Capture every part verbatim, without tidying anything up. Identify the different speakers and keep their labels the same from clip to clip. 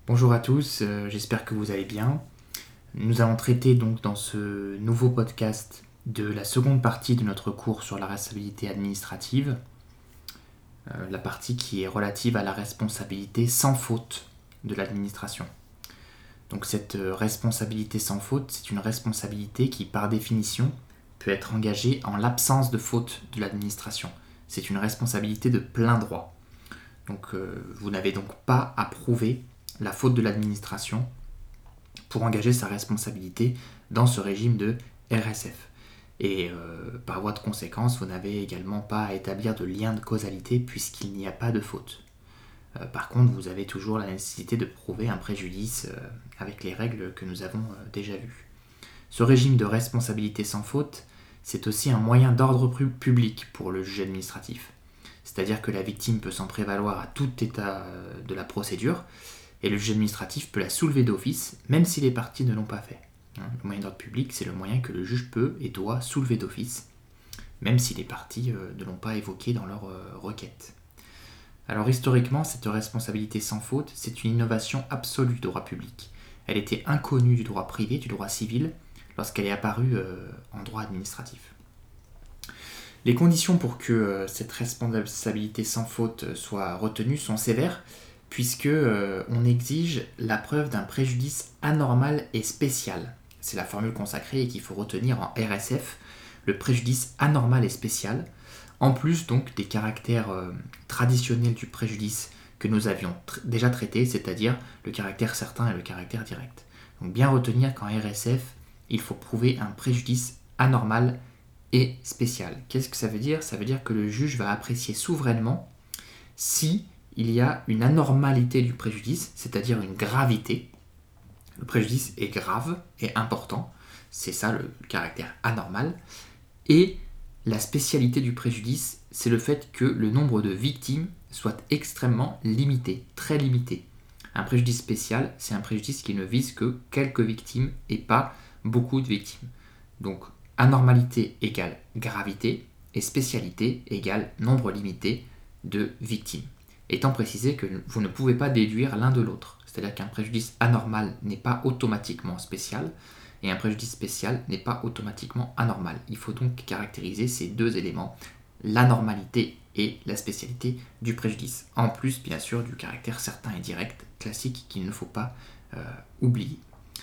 Speaker 1: Bonjour à tous, euh, j'espère que vous allez bien. Nous allons traiter donc dans ce nouveau podcast de la seconde partie de notre cours sur la responsabilité administrative, euh, la partie qui est relative à la responsabilité sans faute de l'administration. Donc cette euh, responsabilité sans faute, c'est une responsabilité qui par définition peut être engagée en l'absence de faute de l'administration. C'est une responsabilité de plein droit. Donc euh, vous n'avez donc pas à prouver la faute de l'administration pour engager sa responsabilité dans ce régime de R S F. Et euh, par voie de conséquence, vous n'avez également pas à établir de lien de causalité puisqu'il n'y a pas de faute. Euh, par contre, vous avez toujours la nécessité de prouver un préjudice euh, avec les règles que nous avons euh, déjà vues. Ce régime de responsabilité sans faute, c'est aussi un moyen d'ordre public pour le juge administratif. C'est-à-dire que la victime peut s'en prévaloir à tout état euh, de la procédure, et le juge administratif peut la soulever d'office, même si les parties ne l'ont pas fait. Le moyen d'ordre public, c'est le moyen que le juge peut et doit soulever d'office, même si les parties ne l'ont pas évoqué dans leur requête. Alors historiquement, cette responsabilité sans faute, c'est une innovation absolue du droit public. Elle était inconnue du droit privé, du droit civil, lorsqu'elle est apparue en droit administratif. Les conditions pour que cette responsabilité sans faute soit retenue sont sévères, puisque euh, on exige la preuve d'un préjudice anormal et spécial. C'est la formule consacrée et qu'il faut retenir en R S F, le préjudice anormal et spécial, en plus donc des caractères euh, traditionnels du préjudice que nous avions tr- déjà traités, c'est-à-dire le caractère certain et le caractère direct. Donc bien retenir qu'en R S F, il faut prouver un préjudice anormal et spécial. Qu'est-ce que ça veut dire ? Ça veut dire que le juge va apprécier souverainement si il y a une anormalité du préjudice, c'est-à-dire une gravité. Le préjudice est grave et important, c'est ça le caractère anormal. Et la spécialité du préjudice, c'est le fait que le nombre de victimes soit extrêmement limité, très limité. Un préjudice spécial, c'est un préjudice qui ne vise que quelques victimes et pas beaucoup de victimes. Donc anormalité égale gravité et spécialité égale nombre limité de victimes. Étant précisé que vous ne pouvez pas déduire l'un de l'autre. C'est-à-dire qu'un préjudice anormal n'est pas automatiquement spécial, et un préjudice spécial n'est pas automatiquement anormal. Il faut donc caractériser ces deux éléments, l'anormalité et la spécialité du préjudice. En plus, bien sûr, du caractère certain et direct, classique, qu'il ne faut pas euh, oublier.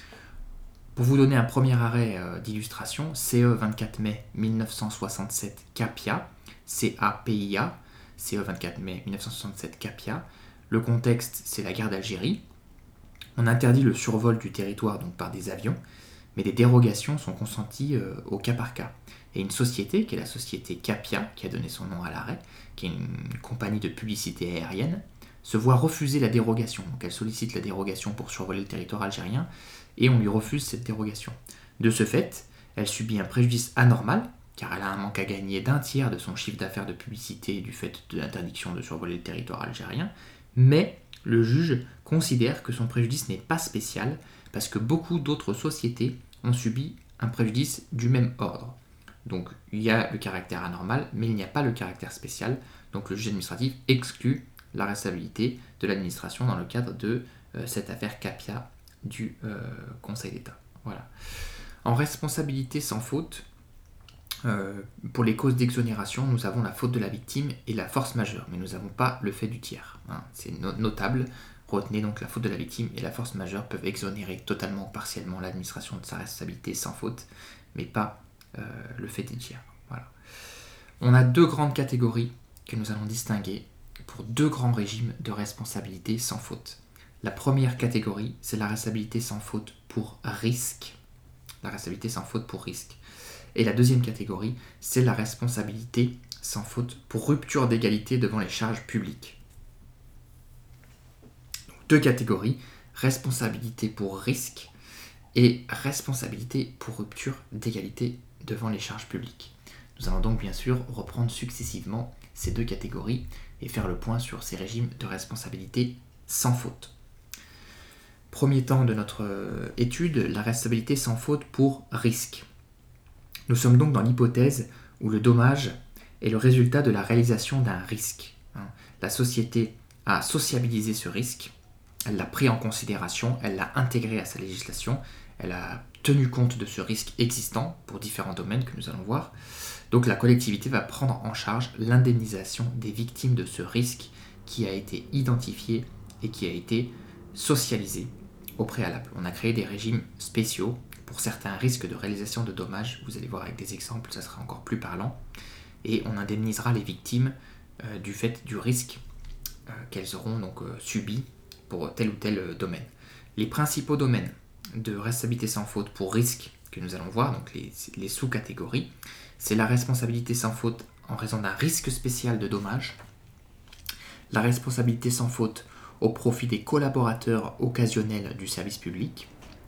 Speaker 1: Pour vous donner un premier arrêt euh, d'illustration, C E vingt-quatre mai mille neuf cent soixante-sept CAPIA, C A P I A, C E vingt-quatre mai mille neuf cent soixante-sept CAPIA. Le contexte, c'est la guerre d'Algérie. On interdit le survol du territoire donc par des avions, mais des dérogations sont consenties euh, au cas par cas. Et une société, qui est la société CAPIA, qui a donné son nom à l'arrêt, qui est une compagnie de publicité aérienne, se voit refuser la dérogation. Donc elle sollicite la dérogation pour survoler le territoire algérien, et on lui refuse cette dérogation. De ce fait, elle subit un préjudice anormal, car elle a un manque à gagner d'un tiers de son chiffre d'affaires de publicité du fait de l'interdiction de survoler le territoire algérien, mais le juge considère que son préjudice n'est pas spécial, parce que beaucoup d'autres sociétés ont subi un préjudice du même ordre. Donc il y a le caractère anormal, mais il n'y a pas le caractère spécial, donc le juge administratif exclut la responsabilité de l'administration dans le cadre de euh, cette affaire CAPIA du euh, Conseil d'État. Voilà. En responsabilité sans faute, euh, pour les causes d'exonération, nous avons la faute de la victime et la force majeure, mais nous n'avons pas le fait du tiers. Hein. C'est no- notable. Retenez donc la faute de la victime et la force majeure peuvent exonérer totalement ou partiellement l'administration de sa responsabilité sans faute, mais pas euh, le fait des tiers. Voilà. On a deux grandes catégories que nous allons distinguer pour deux grands régimes de responsabilité sans faute. La première catégorie, c'est la responsabilité sans faute pour risque. La responsabilité sans faute pour risque. Et la deuxième catégorie, c'est la responsabilité sans faute pour rupture d'égalité devant les charges publiques. Donc, deux catégories, responsabilité pour risque et responsabilité pour rupture d'égalité devant les charges publiques. Nous allons donc bien sûr reprendre successivement ces deux catégories et faire le point sur ces régimes de responsabilité sans faute. Premier temps de notre étude, la responsabilité sans faute pour risque. Nous sommes donc dans l'hypothèse où le dommage est le résultat de la réalisation d'un risque. La société a sociabilisé ce risque elle l'a pris en considération, elle l'a intégré à sa législation, elle a tenu compte de ce risque existant pour différents domaines que nous allons voir. Donc la collectivité va prendre en charge l'indemnisation des victimes de ce risque qui a été identifié et qui a été socialisé au préalable. On a créé des régimes spéciaux pour certains risques de réalisation de dommages. Vous allez voir avec des exemples, ça sera encore plus parlant. Et on indemnisera les victimes euh, du fait du risque euh, qu'elles auront donc euh, subi pour tel ou tel euh, domaine. Les principaux domaines de responsabilité sans faute pour risque que nous allons voir, donc les, les sous-catégories, c'est la responsabilité sans faute en raison d'un risque spécial de dommage, la responsabilité sans faute au profit des collaborateurs occasionnels du service public,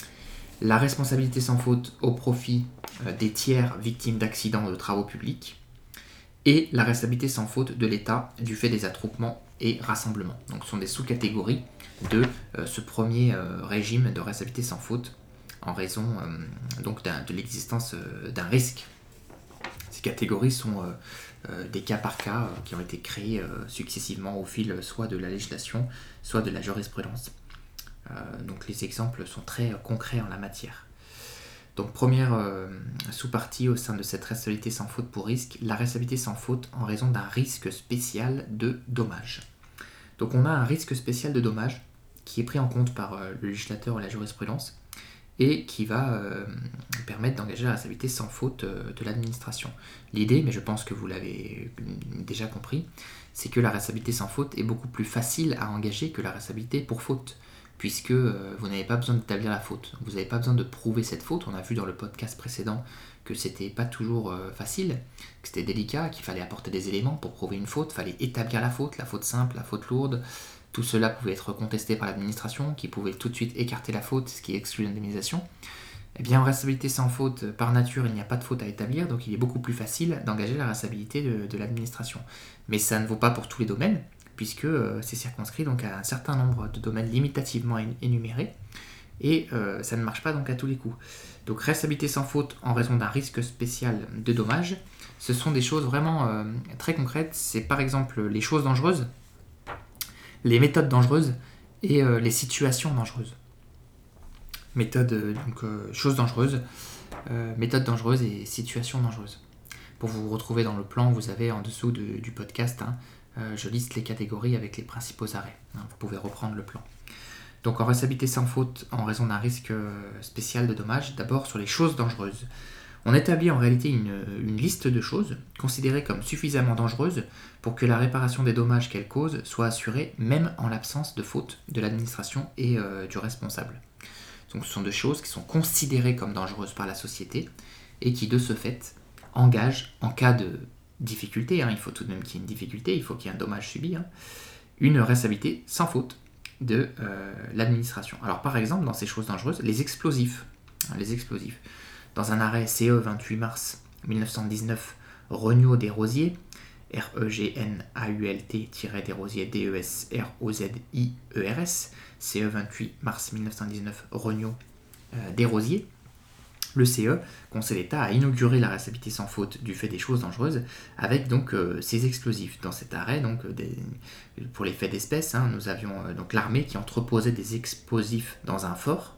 Speaker 1: la responsabilité sans faute au profit euh, des tiers victimes d'accidents ou de travaux publics, et la responsabilité sans faute de l'État du fait des attroupements et rassemblements. Donc ce sont des sous-catégories de euh, ce premier euh, régime de responsabilité sans faute en raison euh, donc de l'existence euh, d'un risque. Ces catégories sont euh, euh, des cas par cas euh, qui ont été créés euh, successivement au fil soit de la législation, soit de la jurisprudence. Euh, donc les exemples sont très euh, concrets en la matière. Donc première euh, sous-partie au sein de cette responsabilité sans faute pour risque, la responsabilité sans faute en raison d'un risque spécial de dommage. Donc on a un risque spécial de dommage qui est pris en compte par euh, le législateur ou la jurisprudence et qui va euh, permettre d'engager la responsabilité sans faute euh, de l'administration. L'idée, mais je pense que vous l'avez déjà compris, c'est que la responsabilité sans faute est beaucoup plus facile à engager que la responsabilité pour faute, puisque euh, vous n'avez pas besoin d'établir la faute. Vous n'avez pas besoin de prouver cette faute. On a vu dans le podcast précédent que c'était pas toujours euh, facile, que c'était délicat, qu'il fallait apporter des éléments pour prouver une faute, il fallait établir la faute, la faute simple, la faute lourde. Tout cela pouvait être contesté par l'administration, qui pouvait tout de suite écarter la faute, ce qui exclut l'indemnisation. Eh bien, en responsabilité sans faute, par nature, il n'y a pas de faute à établir, donc il est beaucoup plus facile d'engager la responsabilité de, de l'administration. Mais ça ne vaut pas pour tous les domaines, puisque euh, c'est circonscrit donc à un certain nombre de domaines limitativement énumérés, et euh, ça ne marche pas donc à tous les coups. Donc responsabilité sans faute en raison d'un risque spécial de dommage, ce sont des choses vraiment euh, très concrètes. C'est par exemple les choses dangereuses, les méthodes dangereuses et euh, les situations dangereuses. Méthode, euh, donc euh, choses dangereuses, euh, méthodes dangereuses et situations dangereuses. Pour vous retrouver dans le plan, vous avez en dessous de, du podcast, hein, euh, je liste les catégories avec les principaux arrêts. Hein, vous pouvez reprendre le plan. Donc en responsabilité sans faute en raison d'un risque euh, spécial de dommage, d'abord sur les choses dangereuses. On établit en réalité une, une liste de choses considérées comme suffisamment dangereuses pour que la réparation des dommages qu'elles causent soit assurée même en l'absence de faute de l'administration et euh, du responsable. Donc ce sont des choses qui sont considérées comme dangereuses par la société et qui de ce fait engagent, en cas de difficulté, hein, il faut tout de même qu'il y ait une difficulté, il faut qu'il y ait un dommage subi, hein, une responsabilité sans faute de euh, l'administration. Alors par exemple, dans ces choses dangereuses, les explosifs, hein, les explosifs. Dans un arrêt C E vingt-huit mars mille neuf cent dix-neuf, Regnault Desrosiers, R E G N A U L T-Desrosiers, D E S R O Z I E R S, C E vingt-huit mars mille neuf cent dix-neuf, Regnault euh, Desrosiers, le C E, Conseil d'État, a inauguré la responsabilité sans faute du fait des choses dangereuses avec donc euh, ces explosifs. Dans cet arrêt, donc, des, pour les faits d'espèces, hein, nous avions euh, donc l'armée qui entreposait des explosifs dans un fort.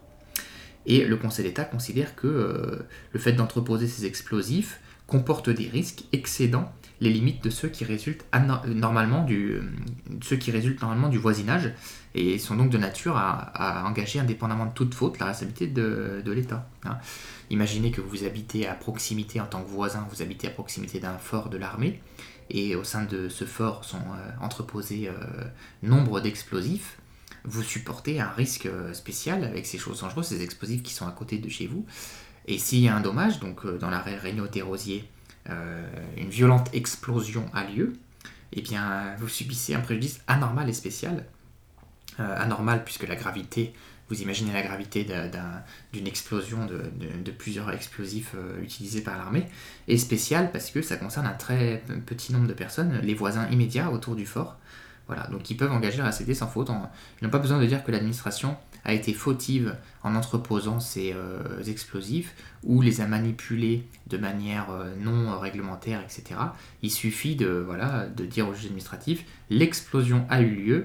Speaker 1: Et le Conseil d'État considère que euh, le fait d'entreposer ces explosifs comporte des risques excédant les limites de ceux qui résultent, anor- normalement, du, euh, ceux qui résultent normalement du voisinage et sont donc de nature à, à engager indépendamment de toute faute la responsabilité de, de l'État. Hein. Imaginez que vous habitez à proximité en tant que voisin, vous habitez à proximité d'un fort de l'armée et au sein de ce fort sont euh, entreposés euh, nombre d'explosifs. Vous supportez un risque spécial avec ces choses dangereuses, ces explosifs qui sont à côté de chez vous. Et s'il y a un dommage, donc dans l'arrêt Regnault Desrosiers, euh, une violente explosion a lieu, eh bien vous subissez un préjudice anormal et spécial. Euh, anormal puisque la gravité, vous imaginez la gravité d'un, d'un, d'une explosion de, de, de plusieurs explosifs euh, utilisés par l'armée, et spécial parce que ça concerne un très petit nombre de personnes, les voisins immédiats autour du fort. Voilà, donc ils peuvent engager la responsabilité sans faute. En... Ils n'ont pas besoin de dire que l'administration a été fautive en entreposant ces euh, explosifs ou les a manipulés de manière euh, non réglementaire, et cetera. Il suffit de, voilà, de dire au juge administratif « l'explosion a eu lieu,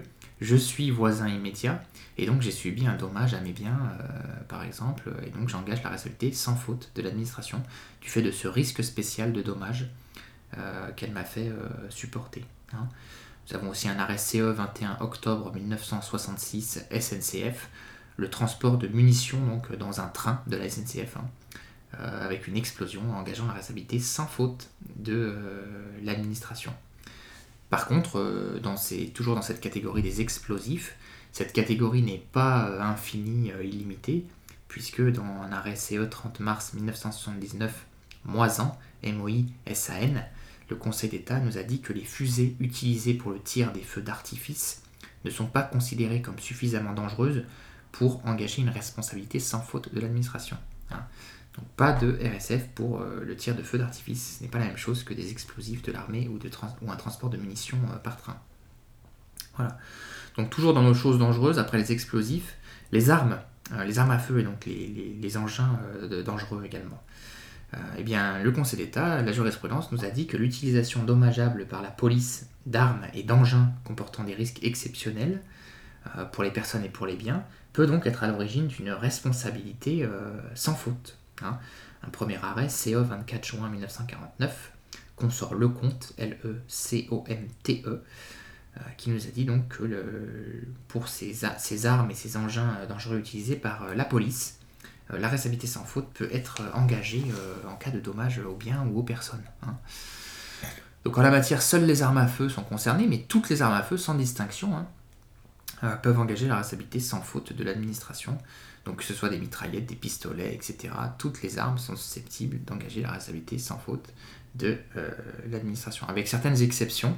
Speaker 1: je suis voisin immédiat, et donc j'ai subi un dommage à mes biens, euh, par exemple, et donc j'engage la responsabilité sans faute de l'administration du fait de ce risque spécial de dommage euh, qu'elle m'a fait euh, supporter. Hein. Nous avons aussi un arrêt C E vingt et un octobre mille neuf cent soixante-six S N C F, le transport de munitions donc, dans un train de la S N C F, hein, euh, avec une explosion engageant la responsabilité sans faute de euh, l'administration. Par contre, euh, dans ces, toujours dans cette catégorie des explosifs, cette catégorie n'est pas euh, infinie, euh, illimitée, puisque dans un arrêt C E trente mars mille neuf cent soixante-dix-neuf, Moisan, M O I S A N, le Conseil d'État nous a dit que les fusées utilisées pour le tir des feux d'artifice ne sont pas considérées comme suffisamment dangereuses pour engager une responsabilité sans faute de l'administration. Hein. Donc pas de R S F pour euh, le tir de feu d'artifice. Ce n'est pas la même chose que des explosifs de l'armée ou, de trans- ou un transport de munitions euh, par train. Voilà. Donc toujours dans nos choses dangereuses, après les explosifs, les armes, euh, les armes à feu et donc les, les, les engins euh, de, dangereux également. Euh, eh bien, le Conseil d'État, la jurisprudence nous a dit que l'utilisation dommageable par la police d'armes et d'engins comportant des risques exceptionnels euh, pour les personnes et pour les biens peut donc être à l'origine d'une responsabilité euh, sans faute. Hein. Un premier arrêt, C E vingt-quatre juin mille neuf cent quarante-neuf, consort Lecomte, L E C O M T E, euh, qui nous a dit donc que le, pour ces, ces armes et ces engins dangereux utilisés par euh, la police, euh, la responsabilité sans faute peut être engagée euh, en cas de dommage aux biens ou aux personnes. Hein. Donc en la matière, seules les armes à feu sont concernées, mais toutes les armes à feu, sans distinction, hein, euh, peuvent engager la responsabilité sans faute de l'administration. Donc que ce soit des mitraillettes, des pistolets, et cetera. Toutes les armes sont susceptibles d'engager la responsabilité sans faute de euh, l'administration. Avec certaines exceptions,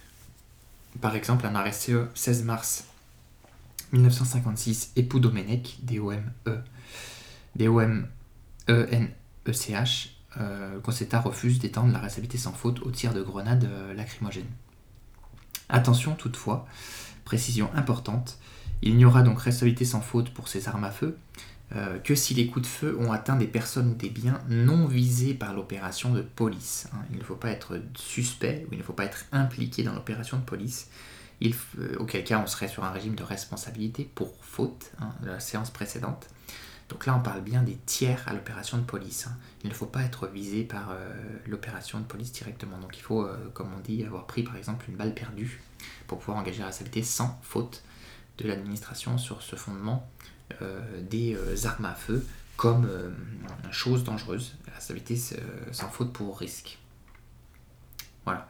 Speaker 1: par exemple un arrêt C E seize mars mille neuf cent cinquante-six, époux Domenech, D O M E, D O M E N E C H, euh, le Conseil d'État refuse d'étendre la responsabilité sans faute au tir de grenades euh, lacrymogènes. Attention toutefois, précision importante, il n'y aura donc responsabilité sans faute pour ces armes à feu euh, que si les coups de feu ont atteint des personnes ou des biens non visés par l'opération de police. Hein. Il ne faut pas être suspect ou il ne faut pas être impliqué dans l'opération de police, il, euh, auquel cas on serait sur un régime de responsabilité pour faute, hein, de la séance précédente. Donc là on parle bien des tiers à l'opération de police. Hein. Il ne faut pas être visé par euh, l'opération de police directement. Donc il faut, euh, comme on dit, avoir pris par exemple une balle perdue pour pouvoir engager la responsabilité sans faute de l'administration sur ce fondement euh, des euh, armes à feu comme euh, chose dangereuse, la responsabilité euh, sans faute pour risque. Voilà.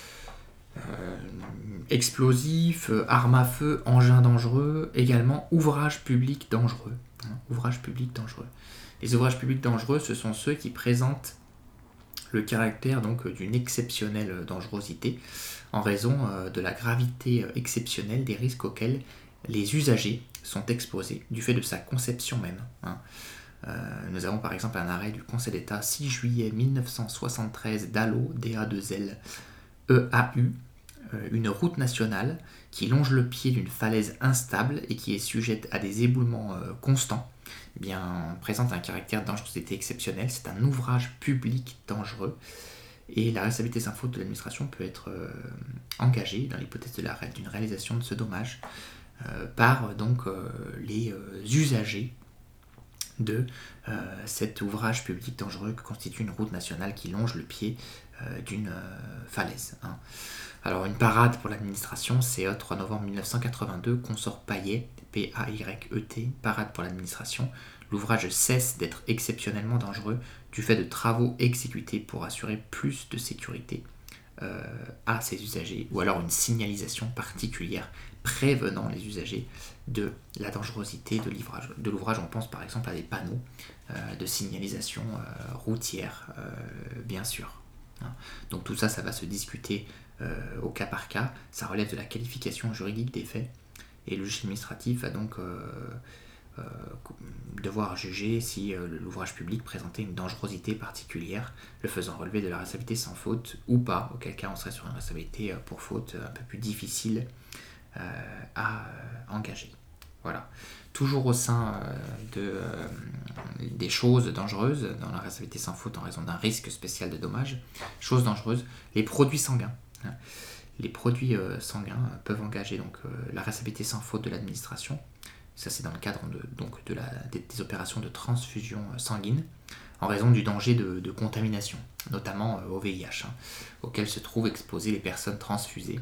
Speaker 1: Euh, explosifs, euh, armes à feu, engins dangereux, également ouvrages publics dangereux. Hein, ouvrages publics dangereux. Les ouvrages publics dangereux, ce sont ceux qui présentent le caractère donc d'une exceptionnelle dangerosité en raison euh, de la gravité euh, exceptionnelle des risques auxquels les usagers sont exposés du fait de sa conception même. Hein. Euh, nous avons par exemple un arrêt du Conseil d'État six juillet mille neuf cent soixante-treize d'Allo, D A deux L, E A U, euh, une route nationale qui longe le pied d'une falaise instable et qui est sujette à des éboulements euh, constants, eh bien, présente un caractère de dangerosité exceptionnelle. C'est un ouvrage public dangereux et la responsabilité sans faute de l'administration peut être euh, engagée dans l'hypothèse de la, d'une réalisation de ce dommage euh, par donc euh, les euh, usagers de euh, cet ouvrage public dangereux que constitue une route nationale qui longe le pied euh, d'une euh, falaise. Hein. Alors une parade pour l'administration, C E trois novembre mille neuf cent quatre-vingt-deux, consort Payet, P A Y E T, parade pour l'administration. L'ouvrage cesse d'être exceptionnellement dangereux du fait de travaux exécutés pour assurer plus de sécurité euh, à ses usagers, ou alors une signalisation particulière prévenant les usagers de la dangerosité de l'ouvrage. De l'ouvrage, on pense par exemple à des panneaux euh, de signalisation euh, routière, euh, bien sûr. Hein. Donc tout ça, ça va se discuter euh, au cas par cas. Ça relève de la qualification juridique des faits. Et le juge administratif va donc euh, euh, devoir juger si euh, l'ouvrage public présentait une dangerosité particulière, le faisant relever de la responsabilité sans faute ou pas, auquel cas on serait sur une responsabilité pour faute un peu plus difficile euh, à euh, engager. Voilà. Toujours au sein euh, de, euh, des choses dangereuses, dans la responsabilité sans faute en raison d'un risque spécial de dommage, choses dangereuses, les produits sanguins. Hein. les produits euh, sanguins euh, peuvent engager donc, euh, la responsabilité sans faute de l'administration. Ça, c'est dans le cadre de, donc, de la, des, des opérations de transfusion sanguine, en raison du danger de, de contamination, notamment euh, au V I H, hein, auquel se trouvent exposées les personnes transfusées.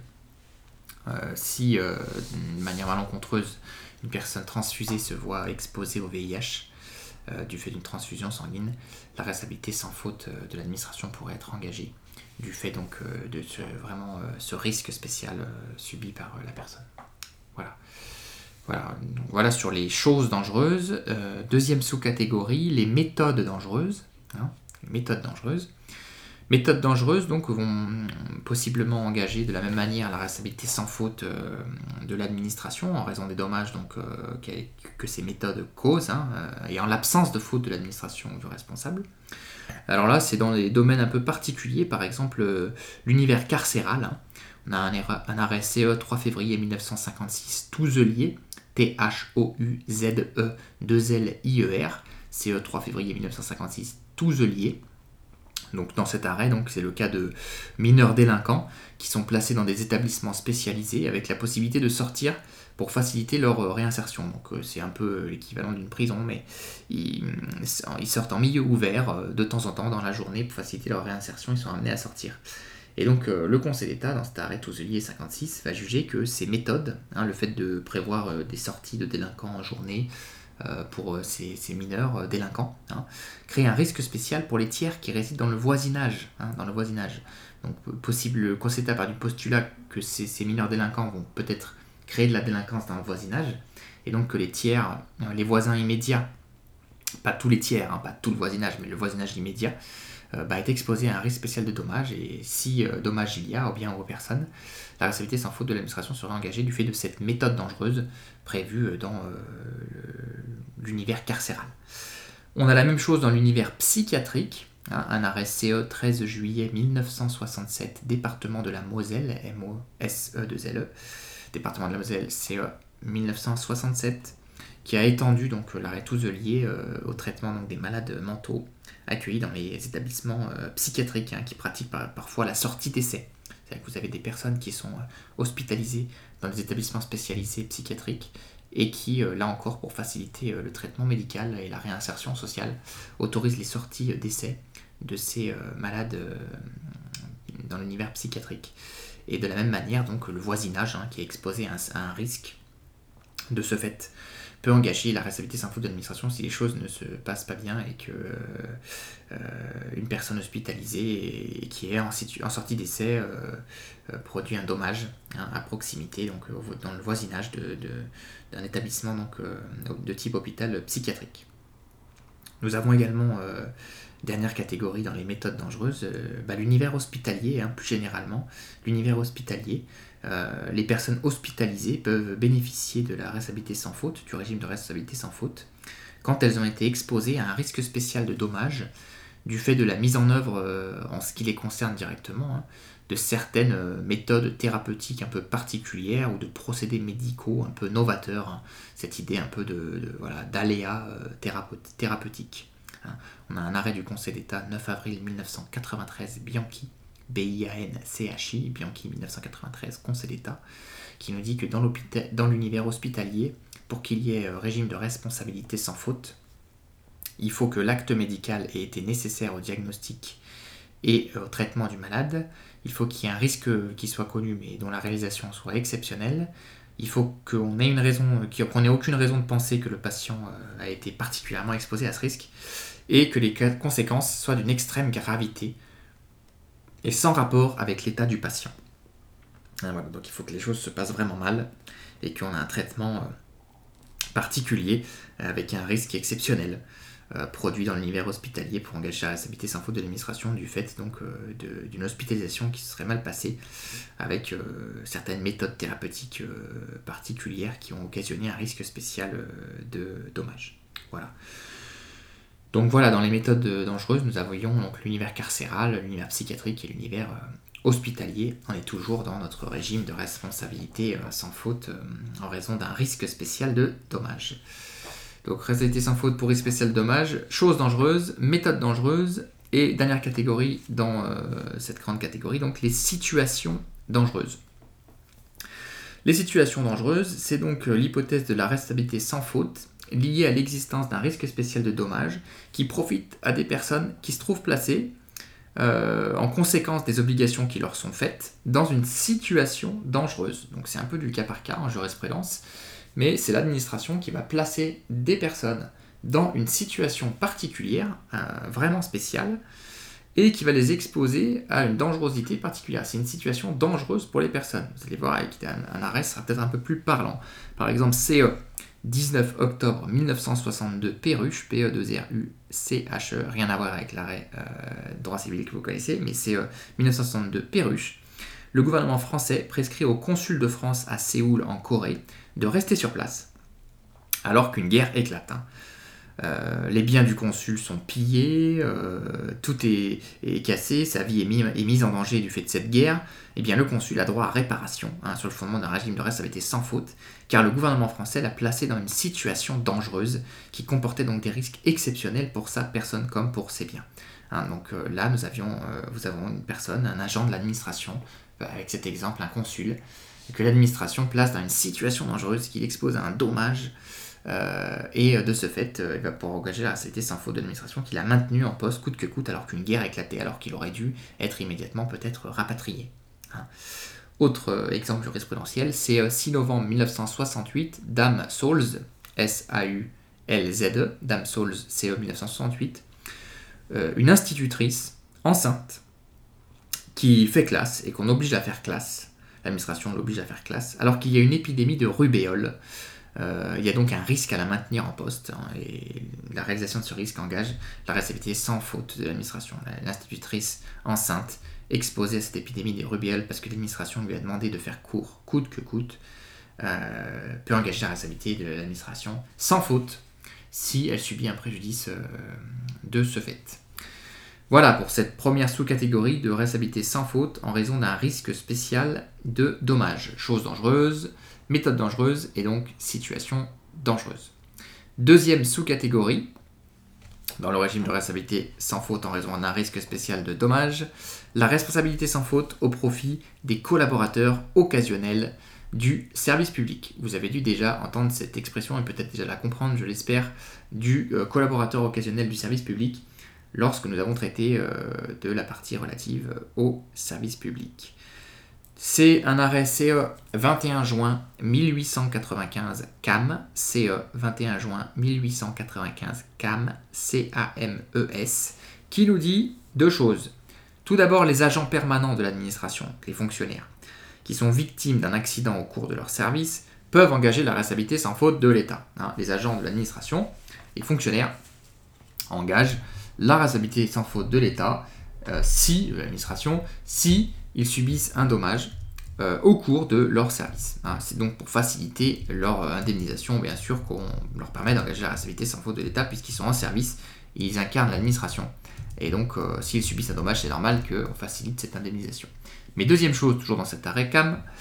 Speaker 1: Euh, si, euh, de manière malencontreuse, une personne transfusée se voit exposée au V I H euh, du fait d'une transfusion sanguine, la responsabilité sans faute euh, de l'administration pourrait être engagée, du fait donc euh, de ce, vraiment euh, ce risque spécial euh, subi par euh, la personne. Voilà. Voilà. Donc, voilà sur les choses dangereuses. Euh, deuxième sous-catégorie, les méthodes dangereuses. Hein, les méthodes dangereuses. Méthodes dangereuses donc vont possiblement engager de la même manière la responsabilité sans faute euh, de l'administration en raison des dommages donc, euh, que ces méthodes causent hein, euh, et en l'absence de faute de l'administration ou du responsable. Alors là, c'est dans des domaines un peu particuliers, par exemple euh, l'univers carcéral. Hein. On a un, un arrêt C E trois février mille neuf cent cinquante-six, Touzelier, T H O U Z E deux L I E R, C E trois février mille neuf cent cinquante-six, Touzelier. Donc dans cet arrêt, donc, c'est le cas de mineurs délinquants qui sont placés dans des établissements spécialisés avec la possibilité de sortir pour faciliter leur réinsertion. Donc euh, c'est un peu l'équivalent d'une prison, mais ils, ils sortent en milieu ouvert euh, de temps en temps dans la journée pour faciliter leur réinsertion, ils sont amenés à sortir. Et donc euh, le Conseil d'État, dans cet arrêt Touzelier cinquante-six, va juger que ces méthodes, hein, le fait de prévoir euh, des sorties de délinquants en journée, pour ces, ces mineurs délinquants, hein, créer un risque spécial pour les tiers qui résident dans le voisinage. Hein, dans le voisinage. Donc, possible, le Conseil d'État part du postulat que ces, ces mineurs délinquants vont peut-être créer de la délinquance dans le voisinage, et donc que les tiers, les voisins immédiats, pas tous les tiers, hein, pas tout le voisinage, mais le voisinage immédiat, euh, bah, est exposé à un risque spécial de dommages, et si euh, dommage il y a aux biens ou aux personnes, la responsabilité sans faute de l'administration sera engagée du fait de cette méthode dangereuse prévue dans euh, l'univers carcéral. On a la même chose dans l'univers psychiatrique, hein, un arrêt C E treize juillet mille neuf cent soixante-sept, département de la Moselle, M O S E deux L E, département de la Moselle, C E mille neuf cent soixante-sept, qui a étendu donc l'arrêt Touzelier euh, au traitement donc, des malades mentaux accueillis dans les établissements euh, psychiatriques hein, qui pratiquent par, parfois la sortie d'essai. C'est-à-dire que vous avez des personnes qui sont euh, hospitalisées dans des établissements spécialisés psychiatriques et qui, euh, là encore, pour faciliter euh, le traitement médical et la réinsertion sociale, autorisent les sorties d'essai de ces euh, malades euh, dans l'univers psychiatrique. Et de la même manière, donc, le voisinage hein, qui est exposé à un, à un risque de ce fait peut engager la responsabilité sans faute de l'administration si les choses ne se passent pas bien et que euh, une personne hospitalisée et qui est en, situ- en sortie d'essai euh, euh, produit un dommage hein, à proximité, donc euh, dans le voisinage de, de, d'un établissement donc, euh, de type hôpital psychiatrique. Nous avons également, euh, dernière catégorie dans les méthodes dangereuses, euh, bah, l'univers hospitalier, hein, plus généralement. L'univers hospitalier, euh, les personnes hospitalisées peuvent bénéficier de la responsabilité sans faute, du régime de responsabilité sans faute, quand elles ont été exposées à un risque spécial de dommages du fait de la mise en œuvre, euh, en ce qui les concerne directement, hein, de certaines euh, méthodes thérapeutiques un peu particulières ou de procédés médicaux un peu novateurs, hein, cette idée un peu de, de voilà, d'aléa euh, thérapeut- thérapeutique. Hein. On a un arrêt du Conseil d'État neuf avril mille neuf cent quatre-vingt-treize, Bianchi, B I A N C H I, Bianchi mille neuf cent quatre-vingt-treize, Conseil d'État, qui nous dit que dans, dans l'univers hospitalier, pour qu'il y ait euh, régime de responsabilité sans faute, il faut que l'acte médical ait été nécessaire au diagnostic et au traitement du malade. Il faut qu'il y ait un risque qui soit connu, mais dont la réalisation soit exceptionnelle. Il faut qu'on ait une raison, qu'on n'ait aucune raison de penser que le patient a été particulièrement exposé à ce risque, et que les conséquences soient d'une extrême gravité et sans rapport avec l'état du patient. Voilà, donc il faut que les choses se passent vraiment mal et qu'on ait un traitement particulier avec un risque exceptionnel. Euh, produit dans l'univers hospitalier pour engager la responsabilité sans faute de l'administration du fait donc, euh, de, d'une hospitalisation qui se serait mal passée avec euh, certaines méthodes thérapeutiques euh, particulières qui ont occasionné un risque spécial euh, de dommages. Voilà. Donc voilà, dans les méthodes dangereuses, nous avions donc l'univers carcéral, l'univers psychiatrique et l'univers euh, hospitalier. On est toujours dans notre régime de responsabilité euh, sans faute euh, en raison d'un risque spécial de dommages. Donc responsabilité sans faute pour risque spécial de dommages, choses dangereuses, méthodes dangereuses, et dernière catégorie dans euh, cette grande catégorie, donc les situations dangereuses. Les situations dangereuses, c'est donc l'hypothèse de la responsabilité sans faute liée à l'existence d'un risque spécial de dommage qui profite à des personnes qui se trouvent placées euh, en conséquence des obligations qui leur sont faites dans une situation dangereuse. Donc c'est un peu du cas par cas en jurisprudence, mais c'est l'administration qui va placer des personnes dans une situation particulière, euh, vraiment spéciale, et qui va les exposer à une dangerosité particulière. C'est une situation dangereuse pour les personnes. Vous allez voir, avec un, un arrêt sera peut-être un peu plus parlant. Par exemple, C E, dix-neuf octobre mille neuf cent soixante-deux, Perruche, P E deux R U C H E, rien à voir avec l'arrêt euh, droit civil que vous connaissez, mais C E mille neuf cent soixante-deux, Perruche. Le gouvernement français prescrit au consul de France à Séoul, en Corée, de rester sur place, alors qu'une guerre éclate. Hein. Euh, les biens du consul sont pillés, euh, tout est, est cassé, sa vie est, mis, est mise en danger du fait de cette guerre. Eh bien, le consul a droit à réparation, hein, sur le fondement d'un régime de responsabilité sans faute, car le gouvernement français l'a placé dans une situation dangereuse qui comportait donc des risques exceptionnels pour sa personne comme pour ses biens. Hein, donc euh, là, nous avions, euh, vous avons une personne, un agent de l'administration, euh, avec cet exemple, un consul, que l'administration place dans une situation dangereuse qui l'expose à un dommage. Euh, et de ce fait, euh, il va pouvoir engager la responsabilité sans faute de l'administration qui l'a maintenu en poste coûte que coûte alors qu'une guerre éclatait, alors qu'il aurait dû être immédiatement peut-être rapatrié. Hein. Autre euh, exemple jurisprudentiel, c'est euh, six novembre mille neuf cent soixante-huit, Dame Sauls, S A U L Z E, Dame Sauls, C E mille neuf cent soixante-huit, euh, une institutrice enceinte qui fait classe et qu'on oblige à faire classe, l'administration l'oblige à faire classe, alors qu'il y a une épidémie de rubéole. Euh, il y a donc un risque à la maintenir en poste, hein, et la réalisation de ce risque engage la responsabilité sans faute de l'administration. L'institutrice enceinte exposée à cette épidémie des rubéoles parce que l'administration lui a demandé de faire court, coûte que coûte, euh, peut engager la responsabilité de l'administration sans faute si elle subit un préjudice euh, de ce fait. Voilà pour cette première sous-catégorie de responsabilité sans faute en raison d'un risque spécial de dommage. Chose dangereuse, méthode dangereuse et donc situation dangereuse. Deuxième sous-catégorie, dans le régime de responsabilité sans faute en raison d'un risque spécial de dommage, la responsabilité sans faute au profit des collaborateurs occasionnels du service public. Vous avez dû déjà entendre cette expression et peut-être déjà la comprendre, je l'espère, du euh, collaborateur occasionnel du service public lorsque nous avons traité euh, de la partie relative au service public. C'est un arrêt C E vingt et un juin mille huit cent quatre-vingt-quinze C A M, C E vingt et un juin mille huit cent quatre-vingt-quinze C A M, C A M E S, qui nous dit deux choses. Tout d'abord, les agents permanents de l'administration, les fonctionnaires, qui sont victimes d'un accident au cours de leur service, peuvent engager la responsabilité sans faute de l'État. Hein, les agents de l'administration, les fonctionnaires, engagent la responsabilité sans faute de l'État euh, si, de l'administration, si ils subissent un dommage euh, au cours de leur service. Hein, c'est donc pour faciliter leur euh, indemnisation, bien sûr, qu'on leur permet d'engager la responsabilité sans faute de l'État puisqu'ils sont en service et ils incarnent l'administration. Et donc, euh, s'ils subissent un dommage, c'est normal qu'on facilite cette indemnisation. Mais deuxième chose, toujours dans cet arrêt C A M,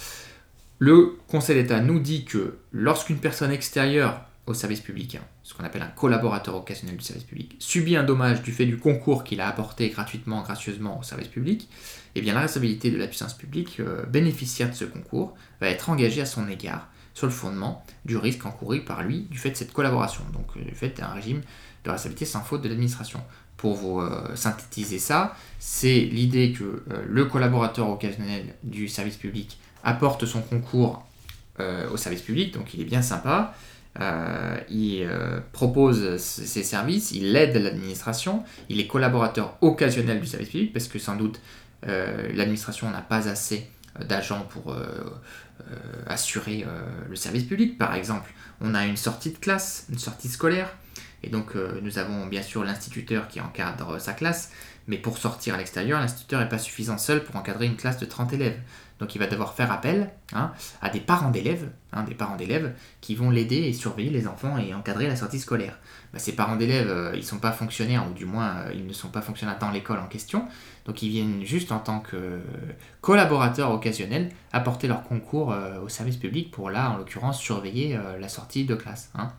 Speaker 1: le Conseil d'État nous dit que lorsqu'une personne extérieure au service public, hein, ce qu'on appelle un collaborateur occasionnel du service public, subit un dommage du fait du concours qu'il a apporté gratuitement, gracieusement au service public, eh bien la responsabilité de la puissance publique euh, bénéficiaire de ce concours va être engagée à son égard sur le fondement du risque encouru par lui du fait de cette collaboration, donc euh, du fait d'un régime de responsabilité sans faute de l'administration. Pour vous euh, synthétiser ça, c'est l'idée que euh, le collaborateur occasionnel du service public apporte son concours euh, au service public, donc il est bien sympa, euh, il euh, propose ses services, il aide l'administration, il est collaborateur occasionnel du service public, parce que sans doute euh, l'administration n'a pas assez d'agents pour euh, euh, assurer euh, le service public. Par exemple, on a une sortie de classe, une sortie scolaire, et donc euh, nous avons bien sûr l'instituteur qui encadre sa classe, mais pour sortir à l'extérieur, l'instituteur n'est pas suffisant seul pour encadrer une classe de trente élèves. Donc il va devoir faire appel hein, à des parents d'élèves, hein, des parents d'élèves qui vont l'aider et surveiller les enfants et encadrer la sortie scolaire. Bah, ces parents d'élèves, euh, ils ne sont pas fonctionnaires, ou du moins euh, ils ne sont pas fonctionnaires dans l'école en question, donc ils viennent juste en tant que collaborateurs occasionnels apporter leur concours euh, au service public pour là, en l'occurrence, surveiller euh, la sortie de classe. Hein.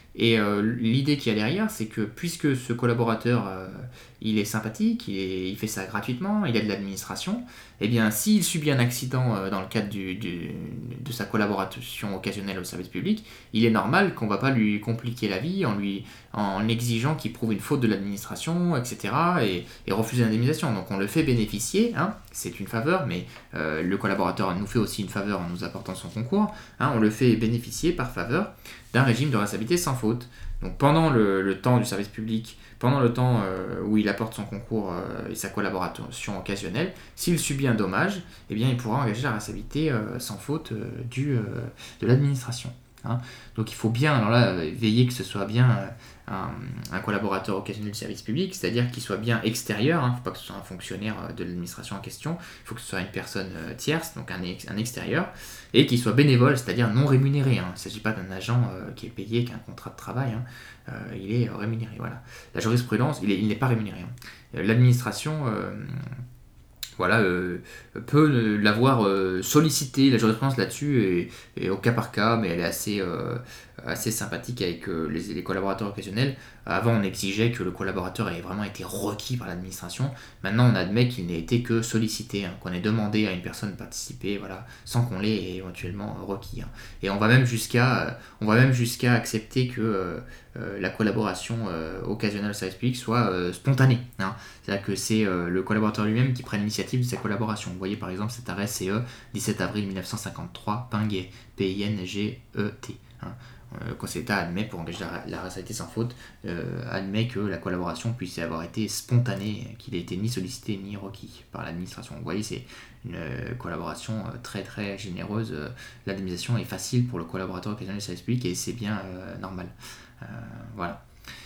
Speaker 1: Et euh, l'idée qu'il y a derrière, c'est que puisque ce collaborateur, euh, il est sympathique, il, est, il fait ça gratuitement, il a de l'administration, eh bien, s'il subit un accident euh, dans le cadre du, du, de sa collaboration occasionnelle au service public, il est normal qu'on ne va pas lui compliquer la vie en, lui, en exigeant qu'il prouve une faute de l'administration, et cetera, et, et refuser l'indemnisation. Donc on le fait bénéficier, hein, c'est une faveur, mais euh, le collaborateur nous fait aussi une faveur en nous apportant son concours, hein, on le fait bénéficier par faveur d'un régime de responsabilité sans faute. Donc pendant le, le temps du service public, pendant le temps euh, où il apporte son concours euh, et sa collaboration occasionnelle, s'il subit un dommage, eh bien, il pourra engager la responsabilité euh, sans faute euh, du, euh, de l'administration. Hein. Donc il faut bien, alors là, veiller que ce soit bien euh, un, un collaborateur occasionnel du service public, c'est-à-dire qu'il soit bien extérieur, il hein, ne faut pas que ce soit un fonctionnaire de l'administration en question, il faut que ce soit une personne euh, tierce, donc un, ex, un extérieur, et qu'il soit bénévole, c'est-à-dire non rémunéré. Hein. Il ne s'agit pas d'un agent euh, qui est payé, qui a un contrat de travail, hein. euh, il est rémunéré. Voilà. La jurisprudence, il, est, il n'est pas rémunéré. Hein. L'administration... Euh, Voilà, euh, peut l'avoir euh, sollicité, la jurisprudence là-dessus est, est au cas par cas, mais elle est assez, euh, assez sympathique avec euh, les, les collaborateurs occasionnels. Avant, on exigeait que le collaborateur ait vraiment été requis par l'administration. Maintenant, on admet qu'il n'ait été que sollicité, hein, qu'on ait demandé à une personne de participer, voilà, sans qu'on l'ait éventuellement requis. Hein. Et on va même jusqu'à, on va même jusqu'à accepter que euh, euh, la collaboration euh, occasionnelle au service public soit euh, spontanée. Hein. C'est-à-dire que c'est euh, le collaborateur lui-même qui prenne l'initiative de sa collaboration. Vous voyez par exemple cet arrêt C E dix-sept avril mille neuf cent cinquante-trois, Pinguet, P I N G E T. Hein. Le Conseil d'État admet, pour engager la, la responsabilité sans faute, euh, admet que la collaboration puisse avoir été spontanée, qu'il n'ait été ni sollicité ni requis par l'administration. Vous voyez, c'est une euh, collaboration euh, très très généreuse. Euh, L'indemnisation est facile pour le collaborateur occasionnel du service public et c'est bien euh, normal. Euh, voilà.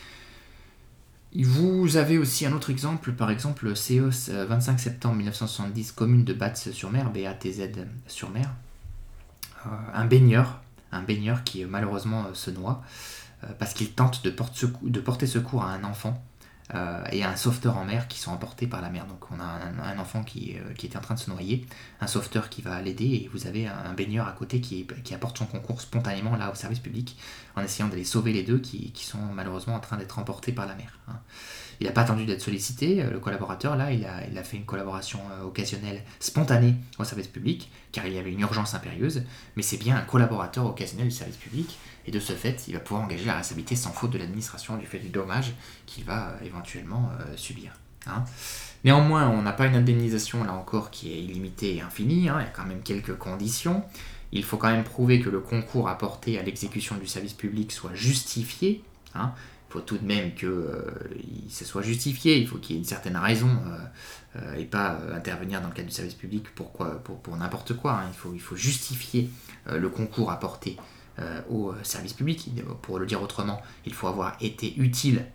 Speaker 1: Vous avez aussi un autre exemple, par exemple C E vingt-cinq septembre mille neuf cent soixante-dix, commune de Batz-sur-Mer, B A T Z-sur-Mer, euh, un baigneur, un baigneur qui malheureusement se noie euh, parce qu'il tente de, porte secours, de porter secours à un enfant euh, et à un sauveteur en mer qui sont emportés par la mer. Donc on a un, un enfant qui, euh, qui était en train de se noyer, un sauveteur qui va l'aider et vous avez un, un baigneur à côté qui, qui apporte son concours spontanément là au service public en essayant d'aller sauver les deux qui, qui sont malheureusement en train d'être emportés par la mer. Hein. Il n'a pas attendu d'être sollicité, le collaborateur là, il a, il a fait une collaboration euh, occasionnelle spontanée au service public, car il y avait une urgence impérieuse, mais c'est bien un collaborateur occasionnel du service public, et de ce fait, il va pouvoir engager la responsabilité sans faute de l'administration du fait du dommage qu'il va euh, éventuellement euh, subir. Hein. Néanmoins, on n'a pas une indemnisation là encore qui est illimitée et infinie, hein, il y a quand même quelques conditions. Il faut quand même prouver que le concours apporté à l'exécution du service public soit justifié. Hein. Il faut tout de même que euh, ce soit justifié, il faut qu'il y ait une certaine raison euh, euh, et pas euh, intervenir dans le cadre du service public pour, quoi, pour, pour n'importe quoi. Hein. Il, faut, il faut justifier euh, le concours apporté euh, au service public. Pour le dire autrement, il faut avoir été utile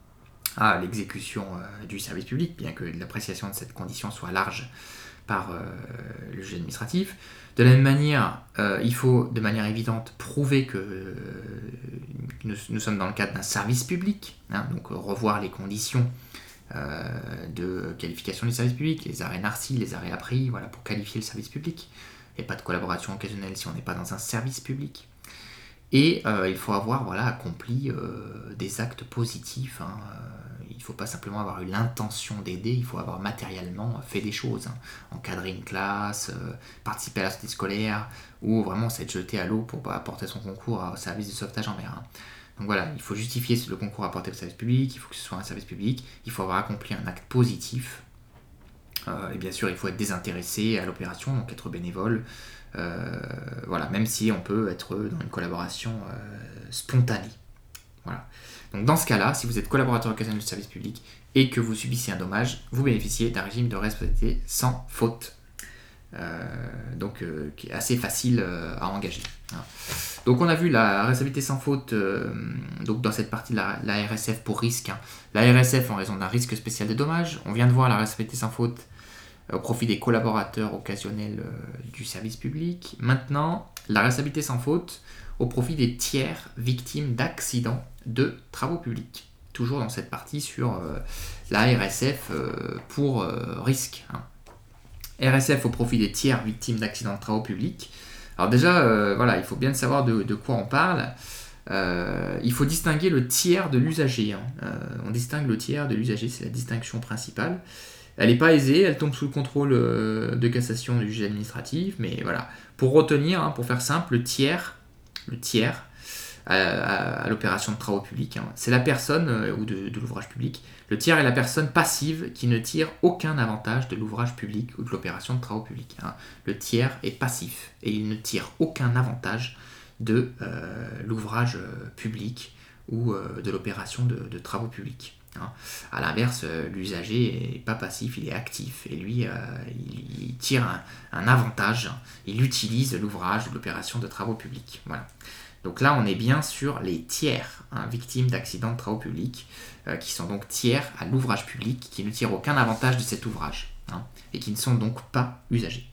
Speaker 1: à l'exécution euh, du service public, bien que l'appréciation de cette condition soit large par euh, le juge administratif. De la même manière, euh, il faut de manière évidente prouver que euh, nous, nous sommes dans le cadre d'un service public, hein, donc euh, revoir les conditions euh, de qualification du service public, les arrêts Narcy, les arrêts Apri, voilà, pour qualifier le service public. Il n'y a pas de collaboration occasionnelle si on n'est pas dans un service public. Et euh, il faut avoir voilà, accompli euh, des actes positifs. Hein, euh, il ne faut pas simplement avoir eu l'intention d'aider, il faut avoir matériellement fait des choses. Hein, encadrer une classe, euh, participer à la sortie scolaire, ou vraiment s'être jeté à l'eau pour apporter son concours au service de sauvetage en mer. Hein. Donc voilà, il faut justifier le concours apporté au service public, il faut que ce soit un service public, il faut avoir accompli un acte positif. Euh, et bien sûr, il faut être désintéressé à l'opération, donc être bénévole. Euh, voilà, même si on peut être dans une collaboration euh, spontanée. Voilà. Donc dans ce cas-là, si vous êtes collaborateur occasionnel du service public et que vous subissez un dommage, vous bénéficiez d'un régime de responsabilité sans faute. Euh, donc euh, qui est assez facile euh, à engager. Hein. Donc on a vu la responsabilité sans faute euh, donc dans cette partie de la, la R S F pour risque. Hein. La R S F en raison d'un risque spécial de dommage. On vient de voir la responsabilité sans faute au profit des collaborateurs occasionnels euh, du service public. Maintenant, la responsabilité sans faute au profit des tiers victimes d'accidents de travaux publics. Toujours dans cette partie sur euh, la R S F euh, pour euh, risque. Hein. R S F au profit des tiers victimes d'accidents de travaux publics. Alors déjà, euh, voilà, il faut bien savoir de, de quoi on parle. Euh, il faut distinguer le tiers de l'usager. Hein. Euh, on distingue le tiers de l'usager, c'est la distinction principale. Elle n'est pas aisée, elle tombe sous le contrôle euh, de cassation du juge administratif, mais voilà. Pour retenir, hein, pour faire simple, le tiers, le tiers à, à, à l'opération de travaux publics, hein, c'est la personne, euh, ou de, de l'ouvrage public, le tiers est la personne passive qui ne tire aucun avantage de l'ouvrage public ou de l'opération de travaux publics. Hein. Le tiers est passif et il ne tire aucun avantage de euh, l'ouvrage euh, public ou euh, de l'opération de, de travaux publics. Hein. A l'inverse, euh, l'usager n'est pas passif, il est actif et lui, euh, il, il tire un, un avantage, il utilise l'ouvrage ou l'opération de travaux publics. Voilà. Donc là, on est bien sur les tiers, hein, victimes d'accidents de travaux publics, euh, qui sont donc tiers à l'ouvrage public, qui ne tirent aucun avantage de cet ouvrage, hein, et qui ne sont donc pas usagers.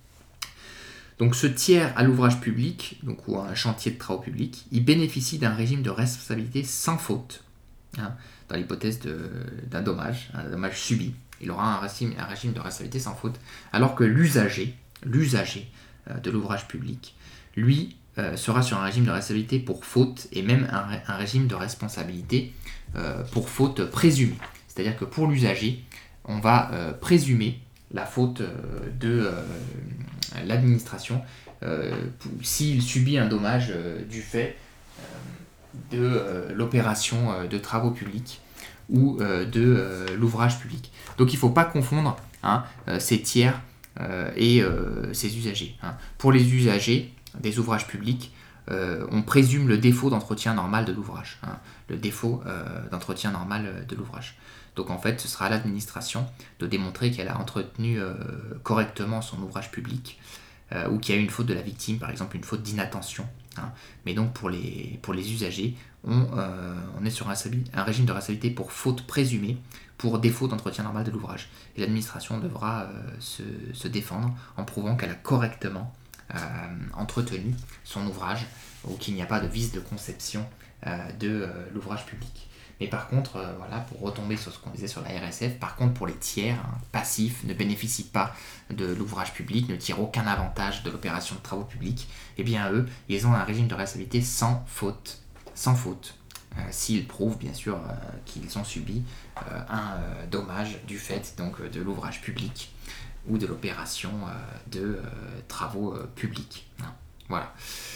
Speaker 1: Donc ce tiers à l'ouvrage public, donc, ou à un chantier de travaux publics, il bénéficie d'un régime de responsabilité sans faute, hein, dans l'hypothèse de, d'un dommage, un dommage subi. Il aura un régime, un régime de responsabilité sans faute, alors que l'usager, l'usager euh, de l'ouvrage public, lui, euh, sera sur un régime de responsabilité pour faute et même un, un régime de responsabilité euh, pour faute présumée. C'est-à-dire que pour l'usager, on va euh, présumer la faute euh, de euh, l'administration euh, s'il subit un dommage euh, du fait euh, de euh, l'opération euh, de travaux publics ou euh, de euh, l'ouvrage public. Donc il ne faut pas confondre, hein, euh, ces tiers euh, et euh, ces usagers. Hein. Pour les usagers des ouvrages publics, euh, on présume le défaut d'entretien normal de l'ouvrage. Hein, le défaut euh, d'entretien normal de l'ouvrage. Donc en fait, ce sera à l'administration de démontrer qu'elle a entretenu euh, correctement son ouvrage public euh, ou qu'il y a eu une faute de la victime, par exemple une faute d'inattention. Hein. Mais donc pour les, pour les usagers, on, euh, on est sur un, un régime de responsabilité pour faute présumée, pour défaut d'entretien normal de l'ouvrage. Et l'administration devra euh, se, se défendre en prouvant qu'elle a correctement euh, entretenu son ouvrage ou qu'il n'y a pas de vice de conception euh, de euh, l'ouvrage public. Mais par contre, euh, voilà, pour retomber sur ce qu'on disait sur la R S F, par contre pour les tiers, hein, passifs, ne bénéficient pas de l'ouvrage public, ne tirent aucun avantage de l'opération de travaux publics, eh bien eux, ils ont un régime de responsabilité sans faute, sans faute, euh, s'ils prouvent bien sûr euh, qu'ils ont subi euh, un euh, dommage du fait donc de l'ouvrage public ou de l'opération euh, de euh, travaux euh, publics. Hein, voilà.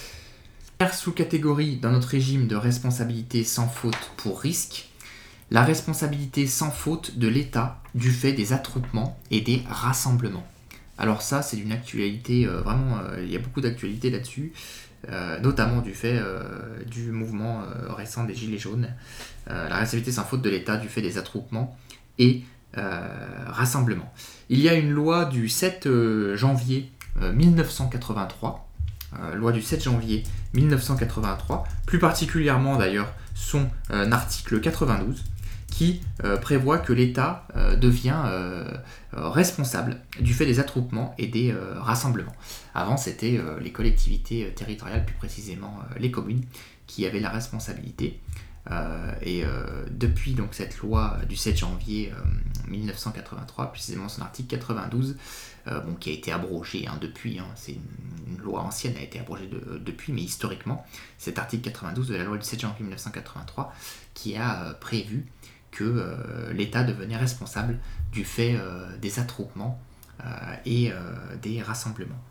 Speaker 1: Sous-catégorie dans notre régime de responsabilité sans faute pour risque, la responsabilité sans faute de l'État du fait des attroupements et des rassemblements. Alors ça, c'est d'une actualité, euh, vraiment, euh, il y a beaucoup d'actualités là-dessus, euh, notamment du fait euh, du mouvement euh, récent des Gilets jaunes. Euh, la responsabilité sans faute de l'État du fait des attroupements et euh, rassemblements. Il y a une loi du sept janvier mille neuf cent quatre-vingt-trois, Euh, loi du sept janvier mille neuf cent quatre-vingt-trois, plus particulièrement d'ailleurs son euh, article quatre-vingt-douze, qui euh, prévoit que l'État euh, devient euh, euh, responsable du fait des attroupements et des euh, rassemblements. Avant, c'était euh, les collectivités euh, territoriales, plus précisément euh, les communes, qui avaient la responsabilité. Euh, et euh, depuis donc, cette loi du sept janvier euh, mille neuf cent quatre-vingt-trois, précisément son article quatre-vingt-douze, euh, bon, qui a été abrogé hein, depuis, hein, c'est une, une loi ancienne, a été abrogée de, depuis, mais historiquement, cet article quatre-vingt-douze de la loi du sept janvier mille neuf cent quatre-vingt-trois qui a euh, prévu que euh, l'État devenait responsable du fait euh, des attroupements euh, et euh, des rassemblements.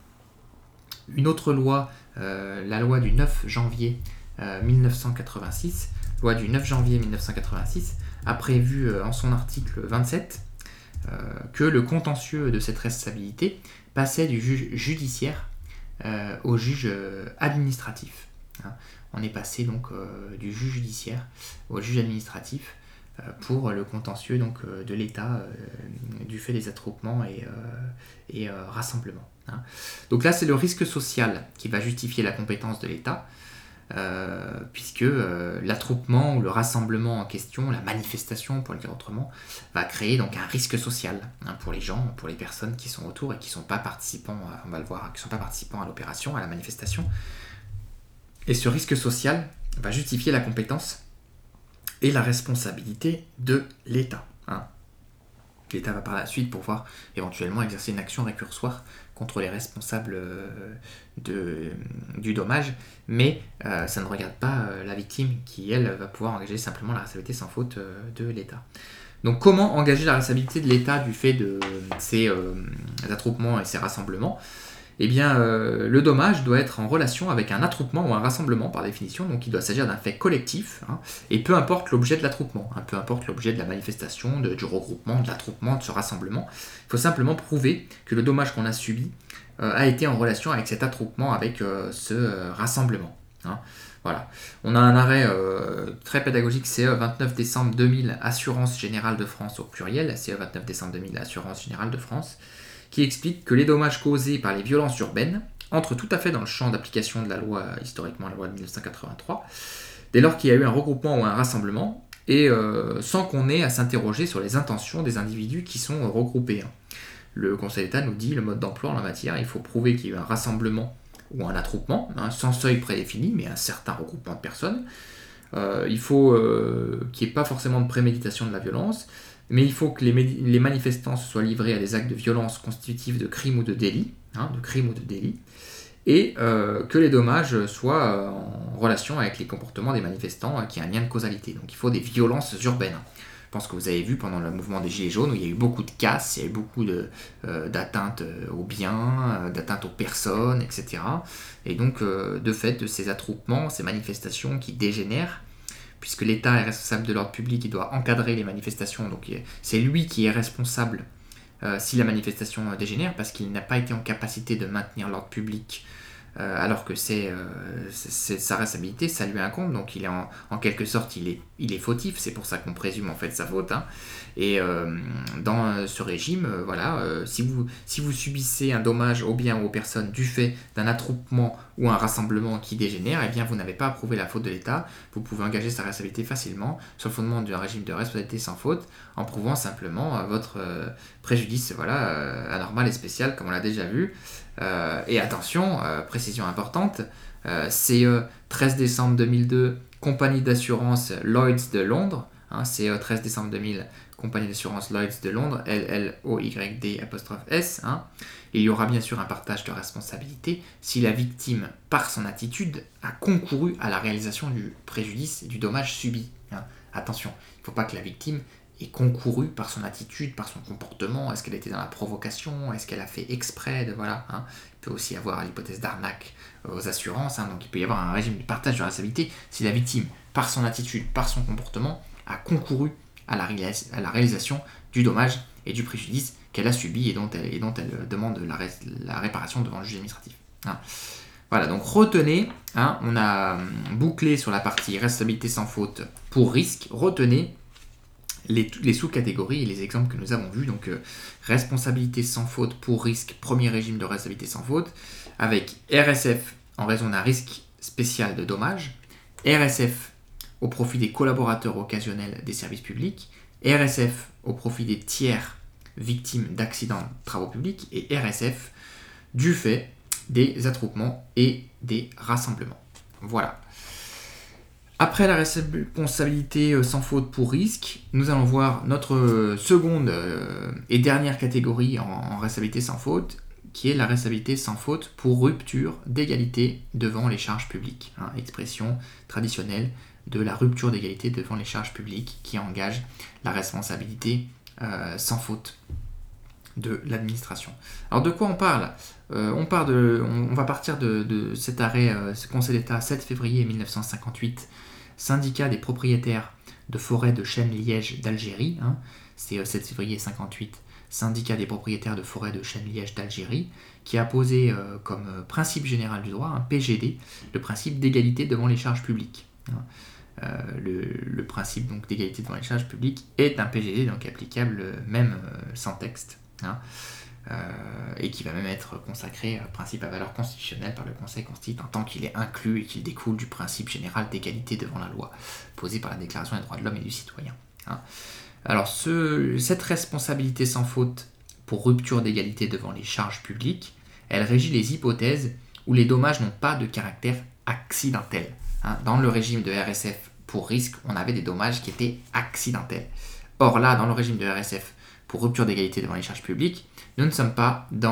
Speaker 1: Une autre loi, euh, la loi du neuf janvier euh, mille neuf cent quatre-vingt-six, loi du neuf janvier mille neuf cent quatre-vingt-six, a prévu euh, en son article vingt-sept euh, que le contentieux de cette responsabilité passait du juge judiciaire euh, au juge euh, administratif. Hein. On est passé donc euh, du juge judiciaire au juge administratif euh, pour le contentieux donc, euh, de l'État euh, du fait des attroupements et, euh, et euh, rassemblements. Hein. Donc là, c'est le risque social qui va justifier la compétence de l'État. Euh, puisque euh, l'attroupement ou le rassemblement en question, la manifestation pour le dire autrement, va créer donc un risque social hein, pour les gens, pour les personnes qui sont autour et qui ne sont pas participants, on va le voir, qui sont pas participants à l'opération, à la manifestation. Et ce risque social va justifier la compétence et la responsabilité de l'État. Hein. L'État va par la suite pouvoir éventuellement exercer une action récursoire contre les responsables euh, de, du dommage, mais euh, ça ne regarde pas euh, la victime qui, elle, va pouvoir engager simplement la responsabilité sans faute euh, de l'État. Donc comment engager la responsabilité de l'État du fait de ces euh, attroupements et ces rassemblements ? Eh bien, euh, le dommage doit être en relation avec un attroupement ou un rassemblement par définition, donc il doit s'agir d'un fait collectif, hein, et peu importe l'objet de l'attroupement, hein, peu importe l'objet de la manifestation, de, du regroupement, de l'attroupement, de ce rassemblement, il faut simplement prouver que le dommage qu'on a subi euh, a été en relation avec cet attroupement, avec euh, ce euh, rassemblement. Hein. Voilà. On a un arrêt euh, très pédagogique, C E vingt-neuf décembre deux mille, Assurance Générale de France au pluriel, C E vingt-neuf décembre deux mille, Assurance Générale de France, qui explique que les dommages causés par les violences urbaines entrent tout à fait dans le champ d'application de la loi, historiquement la loi de mille neuf cent quatre-vingt-trois, dès lors qu'il y a eu un regroupement ou un rassemblement, et euh, sans qu'on ait à s'interroger sur les intentions des individus qui sont euh, regroupés. Le Conseil d'État nous dit le mode d'emploi en la matière, il faut prouver qu'il y a eu un rassemblement ou un attroupement, hein, sans seuil prédéfini, mais un certain regroupement de personnes. Euh, il faut euh, qu'il n'y ait pas forcément de préméditation de la violence, mais il faut que les, les manifestants se soient livrés à des actes de violence constitutifs de crimes ou de délits, hein, de crimes ou de délits, et euh, que les dommages soient euh, en relation avec les comportements des manifestants, euh, qui a un lien de causalité. Donc il faut des violences urbaines. Je pense que vous avez vu pendant le mouvement des Gilets jaunes où il y a eu beaucoup de casses, il y a eu beaucoup de, euh, d'atteintes aux biens, euh, d'atteintes aux personnes, et cetera. Et donc, euh, de fait, de ces attroupements, ces manifestations qui dégénèrent, puisque l'État est responsable de l'ordre public, il doit encadrer les manifestations, donc c'est lui qui est responsable euh, si la manifestation dégénère, parce qu'il n'a pas été en capacité de maintenir l'ordre public, euh, alors que c'est, euh, c'est, c'est sa responsabilité, ça lui incombe, donc il est en, en quelque sorte il est, il est fautif, c'est pour ça qu'on présume en fait sa faute, hein. Et euh, dans ce régime, euh, voilà, euh, si, vous, si vous subissez un dommage aux biens ou aux personnes du fait d'un attroupement ou un rassemblement qui dégénère, eh bien vous n'avez pas à prouver la faute de l'État, vous pouvez engager sa responsabilité facilement sur le fondement d'un régime de responsabilité sans faute, en prouvant simplement euh, votre euh, préjudice voilà, euh, anormal et spécial, comme on l'a déjà vu. Euh, et attention, euh, précision importante, euh, C E treize décembre deux mille deux, Compagnie d'assurance Lloyds de Londres, hein, C E treize décembre deux mille, Compagnie d'assurance Lloyds de Londres, L L O Y D apostrophe S, hein. Et il y aura bien sûr un partage de responsabilité si la victime, par son attitude, a concouru à la réalisation du préjudice et du dommage subi. Hein. Attention, il ne faut pas que la victime ait concouru par son attitude, par son comportement. Est-ce qu'elle était dans la provocation? Est-ce qu'elle a fait exprès de, voilà, hein. Il peut aussi y avoir l'hypothèse d'arnaque aux assurances, hein. Donc il peut y avoir un régime de partage de responsabilité si la victime, par son attitude, par son comportement, a concouru à la, réalis- à la réalisation du dommage et du préjudice qu'elle a subi et dont elle, et dont elle demande la, ré- la réparation devant le juge administratif. Hein. Voilà, donc retenez, hein, on a bouclé sur la partie responsabilité sans faute pour risque, retenez les, les sous-catégories et les exemples que nous avons vus. Donc euh, responsabilité sans faute pour risque, premier régime de responsabilité sans faute, avec R S F en raison d'un risque spécial de dommage, R S F au profit des collaborateurs occasionnels des services publics, R S F au profit des tiers victimes d'accidents de travaux publics, et R S F du fait des attroupements et des rassemblements. Voilà. Après la responsabilité sans faute pour risque, nous allons voir notre seconde et dernière catégorie en responsabilité sans faute, qui est la responsabilité sans faute pour rupture d'égalité devant les charges publiques. Hein, expression traditionnelle de la rupture d'égalité devant les charges publiques qui engage la responsabilité euh, sans faute de l'administration. Alors de quoi on parle ? euh, on, part de, on, on va partir de, de cet arrêt euh, Conseil d'État sept février mille neuf cent cinquante-huit, syndicat des propriétaires de forêts de chênes-lièges d'Algérie, hein, c'est euh, sept février cinquante-huit, syndicat des propriétaires de forêts de chênes-lièges d'Algérie, qui a posé euh, comme euh, principe général du droit, un P G D, le principe d'égalité devant les charges publiques. Hein. Euh, le, le principe donc, d'égalité devant les charges publiques est un P G D donc applicable euh, même euh, sans texte. Hein, euh, et qui va même être consacré à principe à valeur constitutionnelle par le Conseil constitutionnel en tant qu'il est inclus et qu'il découle du principe général d'égalité devant la loi posé par la Déclaration des droits de l'homme et du citoyen. Hein. Alors ce, cette responsabilité sans faute pour rupture d'égalité devant les charges publiques, elle régit les hypothèses où les dommages n'ont pas de caractère accidentel. Hein. Dans le régime de R S F pour risque, on avait des dommages qui étaient accidentels. Or là, dans le régime de R S F pour rupture d'égalité devant les charges publiques, nous ne sommes pas dans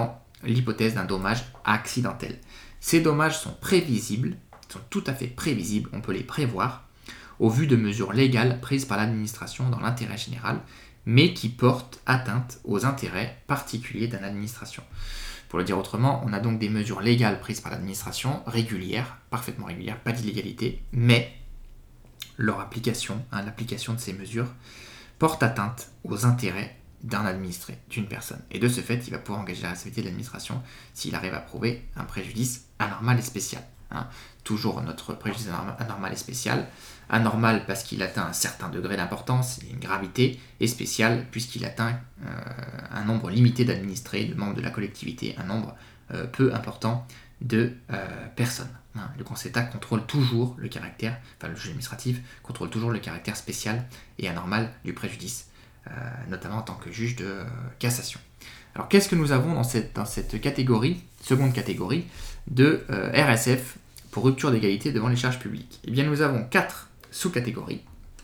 Speaker 1: l'hypothèse d'un dommage accidentel. Ces dommages sont prévisibles, sont tout à fait prévisibles, on peut les prévoir, au vu de mesures légales prises par l'administration dans l'intérêt général, mais qui portent atteinte aux intérêts particuliers d'une administration. Pour le dire autrement, on a donc des mesures légales prises par l'administration, régulières, parfaitement régulières, pas d'illégalité, mais leur application, hein, l'application de ces mesures, porte atteinte aux intérêts d'un administré, d'une personne. Et de ce fait, il va pouvoir engager la responsabilité de l'administration s'il arrive à prouver un préjudice anormal et spécial. Hein. Toujours notre préjudice anormal et spécial. Anormal parce qu'il atteint un certain degré d'importance, une gravité, et spécial puisqu'il atteint euh, un nombre limité d'administrés, de membres de la collectivité, un nombre euh, peu important de euh, personnes. Hein. Le Conseil d'État contrôle toujours le caractère, enfin le juge administratif contrôle toujours le caractère spécial et anormal du préjudice, euh, notamment en tant que juge de euh, cassation. Alors qu'est-ce que nous avons dans cette, dans cette catégorie, seconde catégorie, de euh, R S F pour rupture d'égalité devant les charges publiques? Eh bien nous avons quatre sous-catégories.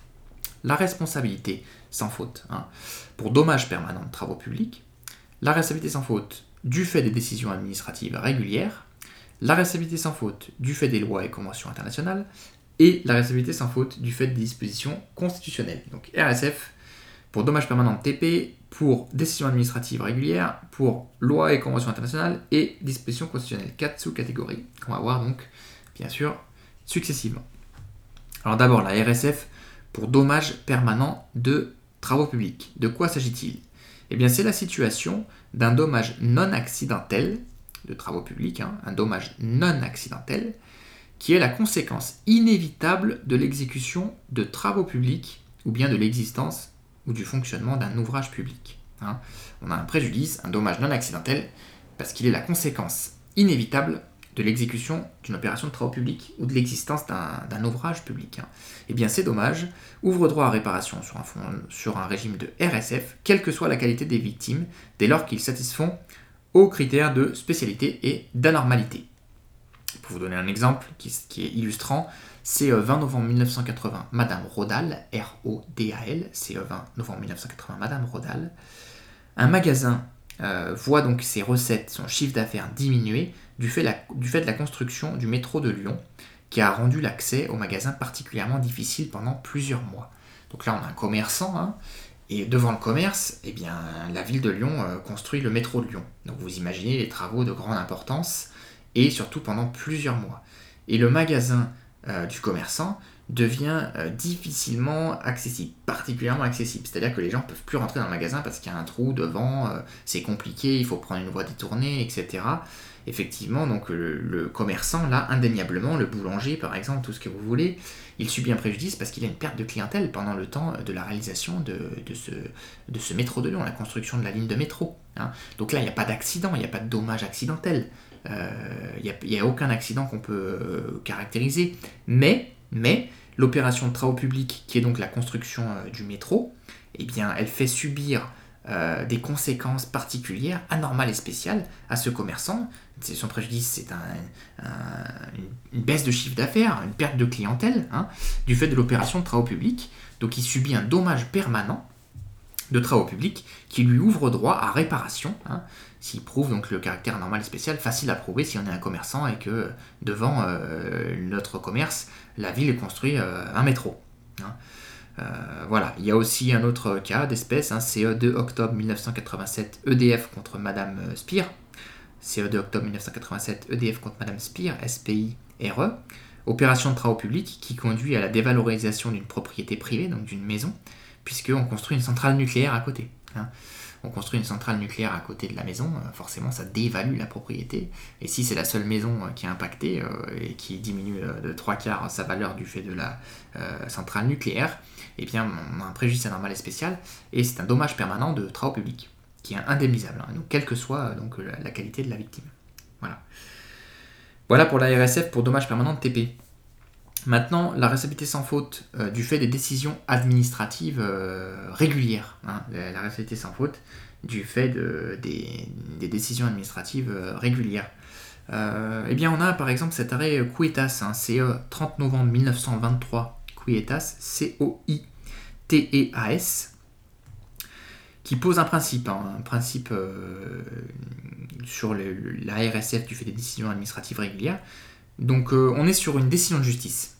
Speaker 1: La responsabilité sans faute, hein, pour dommages permanents de travaux publics, la responsabilité sans faute du fait des décisions administratives régulières, la responsabilité sans faute du fait des lois et conventions internationales, et la responsabilité sans faute du fait des dispositions constitutionnelles. Donc R S F pour dommages permanents de T P, pour décisions administratives régulières, pour lois et conventions internationales et dispositions constitutionnelles. Quatre sous-catégories qu'on va voir donc, bien sûr, successivement. Alors d'abord, la R S F pour dommages permanents de travaux publics. De quoi s'agit-il? Eh bien, c'est la situation d'un dommage non accidentel de travaux publics, hein, un dommage non accidentel, qui est la conséquence inévitable de l'exécution de travaux publics ou bien de l'existence ou du fonctionnement d'un ouvrage public. Hein. On a un préjudice, un dommage non accidentel, parce qu'il est la conséquence inévitable de l'exécution d'une opération de travaux publics ou de l'existence d'un, d'un ouvrage public. Hein. Eh bien, ces dommages ouvrent droit à réparation sur un, fond, sur un régime de R S F, quelle que soit la qualité des victimes, dès lors qu'ils satisfont aux critères de spécialité et d'anormalité. Pour vous donner un exemple qui, qui est illustrant, c'est le vingt novembre mille neuf cent quatre-vingts, Madame Rodal, R O D A L, c'est le vingt novembre mille neuf cent quatre-vingts, Madame Rodal. Un magasin euh, voit donc ses recettes, son chiffre d'affaires diminuer du fait, la, du fait de la construction du métro de Lyon, qui a rendu l'accès au magasin particulièrement difficile pendant plusieurs mois. Donc là, on a un commerçant, hein, et devant le commerce, eh bien, la ville de Lyon euh, construit le métro de Lyon. Donc vous imaginez les travaux de grande importance, et surtout pendant plusieurs mois. Et le magasin euh, du commerçant devient euh, difficilement accessible, particulièrement accessible. C'est-à-dire que les gens ne peuvent plus rentrer dans le magasin parce qu'il y a un trou devant, euh, c'est compliqué, il faut prendre une voie détournée, et cetera. Effectivement, donc le, le commerçant, là, indéniablement, le boulanger, par exemple, tout ce que vous voulez, il subit un préjudice parce qu'il a une perte de clientèle pendant le temps de la réalisation de, de, ce, de ce métro de Lyon, la construction de la ligne de métro. Hein. Donc là, il n'y a pas d'accident, il n'y a pas de dommage accidentel. Il euh, n'y a, a aucun accident qu'on peut euh, caractériser, mais, mais l'opération de travaux publics, qui est donc la construction euh, du métro, eh bien, elle fait subir euh, des conséquences particulières, anormales et spéciales à ce commerçant. C'est, son préjudice, c'est un, un, une, une baisse de chiffre d'affaires, une perte de clientèle, hein, du fait de l'opération de travaux publics. Donc il subit un dommage permanent de travaux publics qui lui ouvre droit à réparation, hein, s'il prouve donc le caractère anormal et spécial, facile à prouver si on est un commerçant et que devant euh, notre commerce, la ville construit euh, un métro. Hein. Euh, voilà, il y a aussi un autre cas d'espèce, hein, c'est le deux octobre mille neuf cent quatre-vingt-sept, E D F contre Madame Spire. C'est le deux octobre mille neuf cent quatre-vingt-sept, E D F contre Madame Spire, S P I R E. Opération de travaux publics qui conduit à la dévalorisation d'une propriété privée, donc d'une maison, puisqu'on construit une centrale nucléaire à côté. Hein. On construit une centrale nucléaire à côté de la maison, forcément ça dévalue la propriété, et si c'est la seule maison qui est impactée euh, et qui diminue euh, de trois quarts sa valeur du fait de la euh, centrale nucléaire, eh bien on a un préjudice anormal et spécial, et c'est un dommage permanent de travaux publics, qui est indemnisable, hein, donc quelle que soit donc, la, la qualité de la victime. Voilà. Voilà pour la R S F pour dommage permanent de T P. Maintenant, la responsabilité sans faute euh, du fait des décisions administratives euh, régulières. Hein, la, la responsabilité sans faute du fait de, des, des décisions administratives euh, régulières. Euh, eh bien, on a par exemple cet arrêt Cuetas, hein, c'est euh, trente novembre mille neuf cent vingt-trois, Cuetas, C O I T E A S, qui qui pose un principe, hein, un principe euh, sur le, la R S F du fait des décisions administratives régulières. Donc euh, on est sur une décision de justice.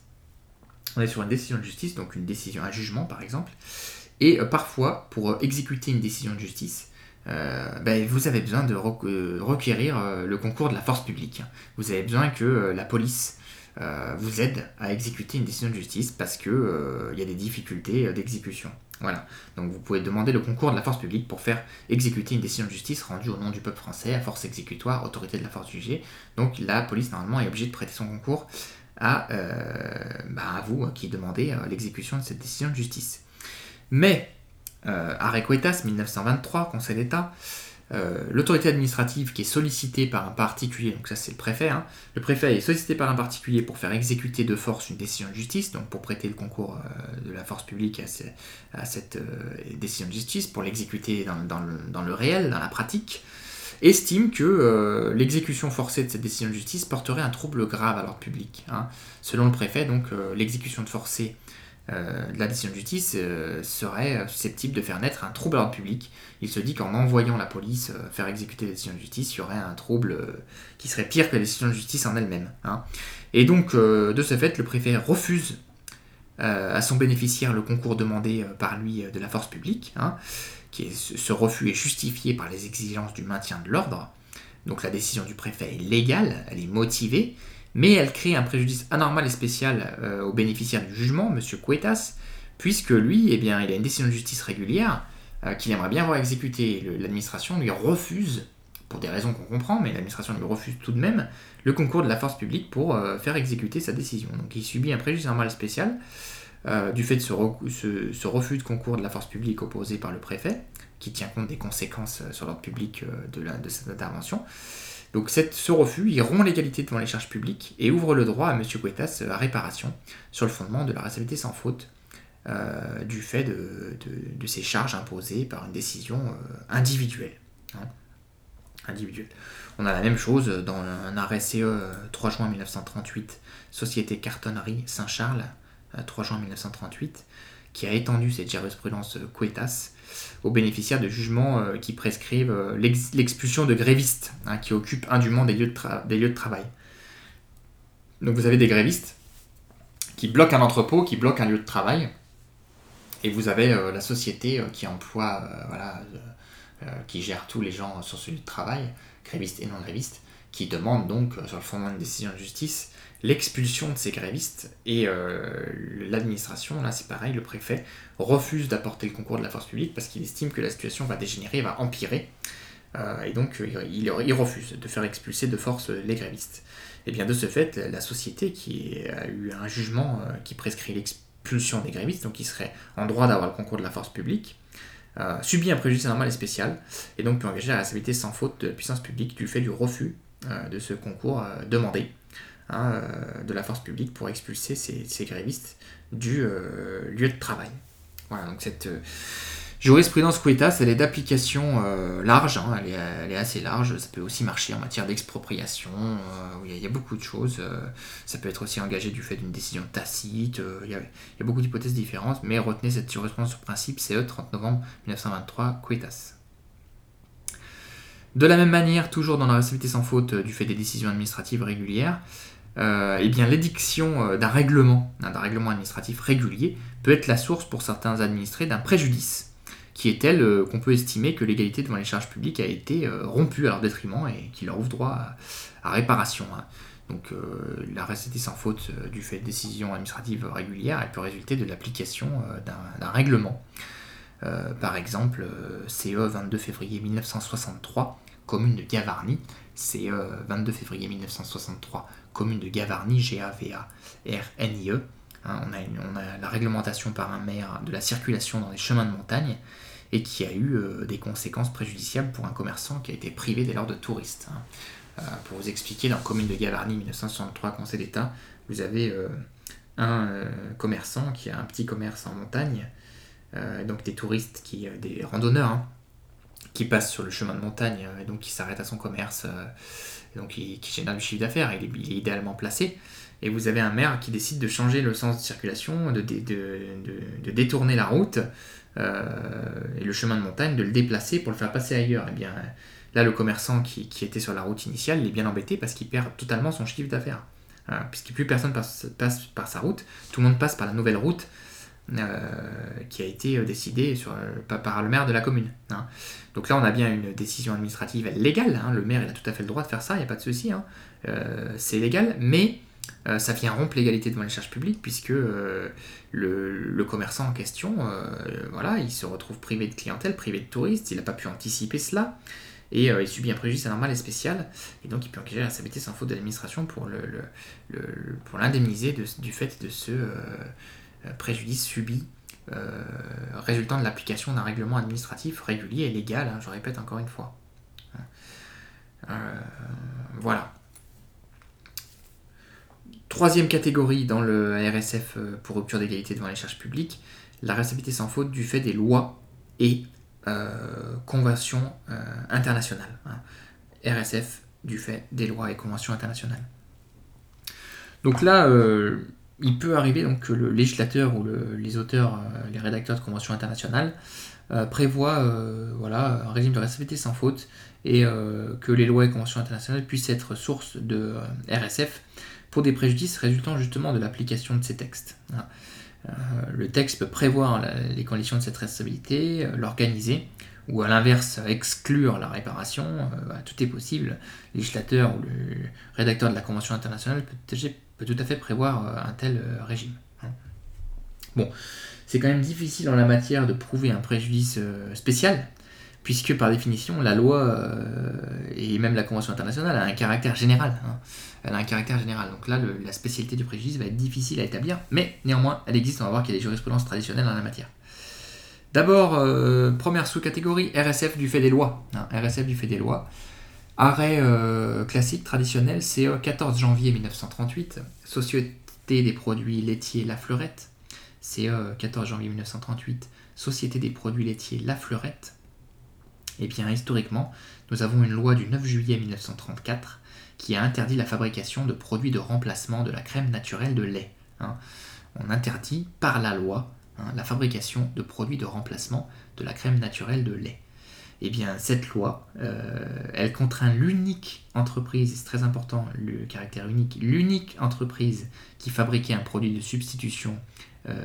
Speaker 1: On est sur une décision de justice, donc une décision, un jugement par exemple. Et euh, parfois, pour euh, exécuter une décision de justice, euh, ben, vous avez besoin de re- euh, requérir euh, le concours de la force publique. Vous avez besoin que euh, la police euh, vous aide à exécuter une décision de justice parce qu'il euh, y a des difficultés euh, d'exécution. Voilà. Donc vous pouvez demander le concours de la force publique pour faire exécuter une décision de justice rendue au nom du peuple français, à force exécutoire, autorité de la force jugée. Donc la police normalement est obligée de prêter son concours à, euh, bah, à vous qui demandez euh, l'exécution de cette décision de justice. Mais, euh, arrêt Cuetas, dix-neuf cent vingt-trois, Conseil d'État, euh, l'autorité administrative qui est sollicitée par un particulier, donc ça c'est le préfet, hein, le préfet est sollicité par un particulier pour faire exécuter de force une décision de justice, donc pour prêter le concours euh, de la force publique à, ce, à cette euh, décision de justice, pour l'exécuter dans, dans, le, dans le réel, dans la pratique, estime que euh, l'exécution forcée de cette décision de justice porterait un trouble grave à l'ordre public. Hein. Selon le préfet, donc, euh, l'exécution de forcée euh, de la décision de justice euh, serait susceptible de faire naître un trouble à l'ordre public. Il se dit qu'en envoyant la police euh, faire exécuter la décision de justice, il y aurait un trouble euh, qui serait pire que la décision de justice en elle-même. Hein. Et donc, euh, de ce fait, le préfet refuse euh, à son bénéficiaire le concours demandé euh, par lui euh, de la force publique, hein, qui est, ce refus est justifié par les exigences du maintien de l'ordre. Donc la décision du préfet est légale, elle est motivée, mais elle crée un préjudice anormal et spécial euh, au bénéficiaire du jugement, M. Cuetas, puisque lui, eh bien, il a une décision de justice régulière euh, qu'il aimerait bien voir exécutée. Le, l'administration lui refuse, pour des raisons qu'on comprend, mais l'administration lui refuse tout de même, le concours de la force publique pour euh, faire exécuter sa décision. Donc il subit un préjudice anormal et spécial euh, du fait de ce, re- ce, ce refus de concours de la force publique opposé par le préfet, qui tient compte des conséquences sur l'ordre public de, la, de cette intervention. Donc cette, ce refus, il rompt l'égalité devant les charges publiques et ouvre le droit à M. Cuetas à réparation sur le fondement de la responsabilité sans faute euh, du fait de, de, de ces charges imposées par une décision euh, individuelle. Hein, individuelle. On a la même chose dans un arrêt C E trois juin mille neuf cent trente-huit, Société Cartonnerie Saint-Charles, trois juin mille neuf cent trente-huit, qui a étendu cette jurisprudence Cuetas aux bénéficiaires de jugements euh, qui prescrivent euh, l'ex- l'expulsion de grévistes hein, qui occupent indûment des lieux, de tra- des lieux de travail. Donc vous avez des grévistes qui bloquent un entrepôt, qui bloquent un lieu de travail, et vous avez euh, la société euh, qui emploie, euh, voilà, euh, euh, qui gère tous les gens sur ce lieu de travail, grévistes et non grévistes, qui demande donc, euh, sur le fondement d'une décision de justice, l'expulsion de ces grévistes, et euh, l'administration, là c'est pareil, le préfet refuse d'apporter le concours de la force publique parce qu'il estime que la situation va dégénérer, va empirer, euh, et donc il, il, il refuse de faire expulser de force les grévistes. Et bien de ce fait, la société qui a eu un jugement euh, qui prescrit l'expulsion des grévistes, donc qui serait en droit d'avoir le concours de la force publique, euh, subit un préjudice anormal et spécial, et donc peut engager la responsabilité sans faute de la puissance publique du fait du refus euh, de ce concours euh, demandé Hein, euh, de la force publique pour expulser ces, ces grévistes du euh, lieu de travail. Voilà, donc cette euh, jurisprudence Cuetas, elle est d'application euh, large, hein, elle, est, elle est assez large, ça peut aussi marcher en matière d'expropriation, euh, où il y, y a beaucoup de choses, euh, ça peut être aussi engagé du fait d'une décision tacite, euh, il, y a, il y a beaucoup d'hypothèses différentes, mais retenez cette jurisprudence sur principe, C E trente novembre mille neuf cent vingt-trois, Cuetas. De la même manière, toujours dans la responsabilité sans faute du fait des décisions administratives régulières, Euh, eh bien, l'édiction euh, d'un règlement, hein, d'un règlement administratif régulier peut être la source pour certains administrés d'un préjudice, qui est tel euh, qu'on peut estimer que l'égalité devant les charges publiques a été euh, rompue à leur détriment et qui leur ouvre droit à, à réparation. Hein. Donc euh, la responsabilité sans faute euh, du fait de décisions administratives régulières, elle peut résulter de l'application euh, d'un, d'un règlement. Euh, par exemple, euh, C E vingt-deux février mille neuf cent soixante-trois, commune de Gavarnie, C E vingt-deux février mille neuf cent soixante-trois, commune de Gavarnie, G A V A R N I E. Hein, on, a une, on a la réglementation par un maire de la circulation dans les chemins de montagne et qui a eu euh, des conséquences préjudiciables pour un commerçant qui a été privé dès lors de touristes. Hein. Euh, pour vous expliquer, dans la commune de Gavarnie, mille neuf cent soixante-trois, Conseil d'État, vous avez euh, un euh, commerçant qui a un petit commerce en montagne, euh, donc des touristes, qui, euh, des randonneurs, hein, qui passent sur le chemin de montagne euh, et donc qui s'arrêtent à son commerce, euh, et donc qui, qui génère du chiffre d'affaires, il est, il est idéalement placé. Et vous avez un maire qui décide de changer le sens de circulation, de, de, de, de détourner la route euh, et le chemin de montagne, de le déplacer pour le faire passer ailleurs. Et bien là, le commerçant qui, qui était sur la route initiale, il est bien embêté parce qu'il perd totalement son chiffre d'affaires. Euh, puisque plus personne passe, passe par sa route, tout le monde passe par la nouvelle route euh, qui a été décidée sur, euh, par le maire de la commune. Hein. Donc là, on a bien une décision administrative légale. Hein. Le maire, il a tout à fait le droit de faire ça, il n'y a pas de souci. Hein. Euh, c'est légal, mais euh, ça vient rompre l'égalité devant les charges publiques, puisque euh, le, le commerçant en question, euh, voilà, il se retrouve privé de clientèle, privé de touristes, il n'a pas pu anticiper cela. Et euh, il subit un préjudice anormal et spécial, et donc il peut engager la responsabilité sans faute de l'administration pour, le, le, le, pour l'indemniser de, du fait de ce euh, préjudice subi euh, résultant de l'application d'un règlement administratif régulier et légal, hein, je répète encore une fois. Euh, voilà. Troisième catégorie dans le R S F pour rupture d'égalité devant les charges publiques, la responsabilité sans faute du fait des lois et Euh, conventions euh, internationales. Hein. R S F du fait des lois et conventions internationales. Donc là, euh, il peut arriver donc, que le législateur ou le, les auteurs, euh, les rédacteurs de conventions internationales euh, prévoient euh, voilà, un régime de responsabilité sans faute et euh, que les lois et conventions internationales puissent être source de euh, R S F pour des préjudices résultant justement de l'application de ces textes. Hein. Euh, le texte peut prévoir la, les conditions de cette responsabilité, euh, l'organiser, ou à l'inverse exclure la réparation. Euh, bah, tout est possible. Le législateur ou le rédacteur de la Convention internationale peut, peut tout à fait prévoir euh, un tel euh, régime. Hein. Bon, c'est quand même difficile en la matière de prouver un préjudice euh, spécial, puisque par définition, la loi euh, et même la Convention internationale a un caractère général. Hein. Elle a un caractère général. Donc là, le, la spécialité du préjudice va être difficile à établir, mais néanmoins, elle existe. On va voir qu'il y a des jurisprudences traditionnelles en la matière. D'abord, euh, première sous-catégorie, R S F du fait des lois. Hein, R S F du fait des lois. Arrêt euh, classique, traditionnel, C E quatorze janvier mille neuf cent trente-huit, Société des produits laitiers La Fleurette. C E quatorze janvier mille neuf cent trente-huit, Société des produits laitiers La Fleurette. Et bien, historiquement, nous avons une loi du neuf juillet mille neuf cent trente-quatre qui a interdit la fabrication de produits de remplacement de la crème naturelle de lait. Hein. On interdit par la loi hein, la fabrication de produits de remplacement de la crème naturelle de lait. Et bien, cette loi, euh, elle contraint l'unique entreprise, c'est très important, le caractère unique, l'unique entreprise qui fabriquait un produit de substitution euh,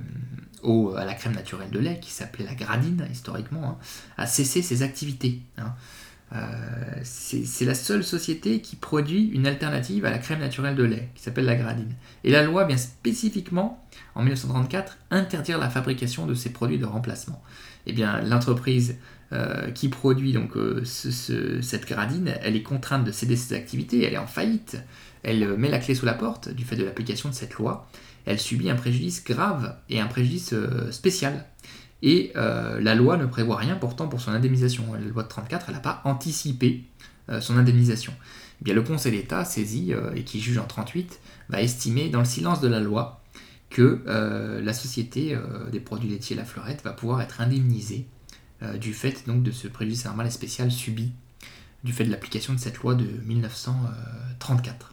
Speaker 1: au, à la crème naturelle de lait, qui s'appelait la Gradine, historiquement, hein, a cessé ses activités. Hein. Euh, c'est, c'est la seule société qui produit une alternative à la crème naturelle de lait, qui s'appelle la Gradine. Et la loi vient spécifiquement, en mille neuf cent trente-quatre, interdire la fabrication de ces produits de remplacement. Eh bien, l'entreprise euh, qui produit donc, euh, ce, ce, cette Gradine, elle est contrainte de céder ses activités, elle est en faillite, elle met la clé sous la porte du fait de l'application de cette loi, elle subit un préjudice grave et un préjudice euh, spécial. Et euh, la loi ne prévoit rien pourtant pour son indemnisation. La loi de trente-quatre, elle n'a pas anticipé euh, son indemnisation. Eh bien, le Conseil d'État, saisi euh, et qui juge en trente-huit, va estimer dans le silence de la loi que euh, la société euh, des produits laitiers La Fleurette va pouvoir être indemnisée euh, du fait donc, de ce préjudice anormal et spécial subi du fait de l'application de cette loi de mille neuf cent trente-quatre.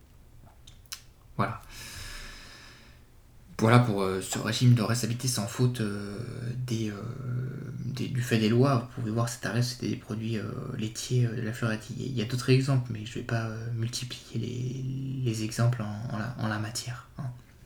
Speaker 1: Voilà. Voilà pour euh, ce régime de responsabilité sans faute euh, des, euh, des, du fait des lois. Vous pouvez voir cet arrêt, c'était des produits euh, laitiers euh, de La Fleurette. Il y a d'autres exemples, mais je ne vais pas euh, multiplier les, les exemples en, en, la, en la matière. Hein.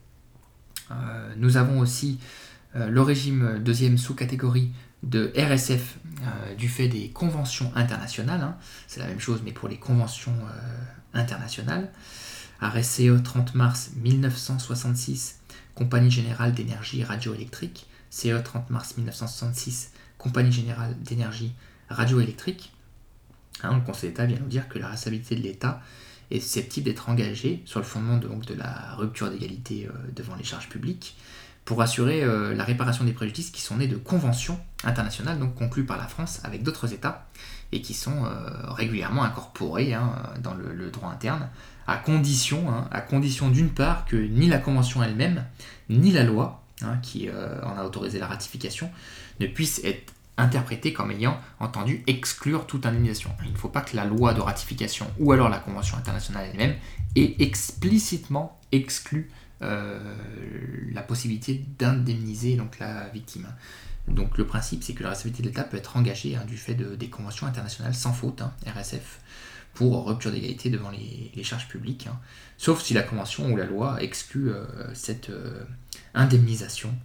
Speaker 1: Euh, nous avons aussi euh, le régime deuxième sous-catégorie de R S F euh, du fait des conventions internationales. Hein. C'est la même chose, mais pour les conventions euh, internationales. Arrêt C E trente mars mille neuf cent soixante-six, Compagnie Générale d'Énergie Radioélectrique, C E trente mars mille neuf cent soixante-six, Compagnie Générale d'Énergie Radioélectrique. Hein, le Conseil d'État vient nous dire que la responsabilité de l'État est susceptible d'être engagée sur le fondement de, donc, de la rupture d'égalité euh, devant les charges publiques pour assurer euh, la réparation des préjudices qui sont nés de conventions internationales donc conclues par la France avec d'autres États et qui sont euh, régulièrement incorporées hein, dans le, le droit interne à condition, hein, à condition d'une part que ni la convention elle-même, ni la loi, hein, qui euh, en a autorisé la ratification, ne puissent être interprétées comme ayant entendu exclure toute indemnisation. Il ne faut pas que la loi de ratification ou alors la convention internationale elle-même ait explicitement exclu euh, la possibilité d'indemniser donc, la victime. Donc le principe, c'est que la responsabilité de l'État peut être engagée hein, du fait de, des conventions internationales sans faute, hein, R S F, pour rupture d'égalité devant les, les charges publiques, hein, sauf si la convention ou la loi exclut euh, cette euh, indemnisation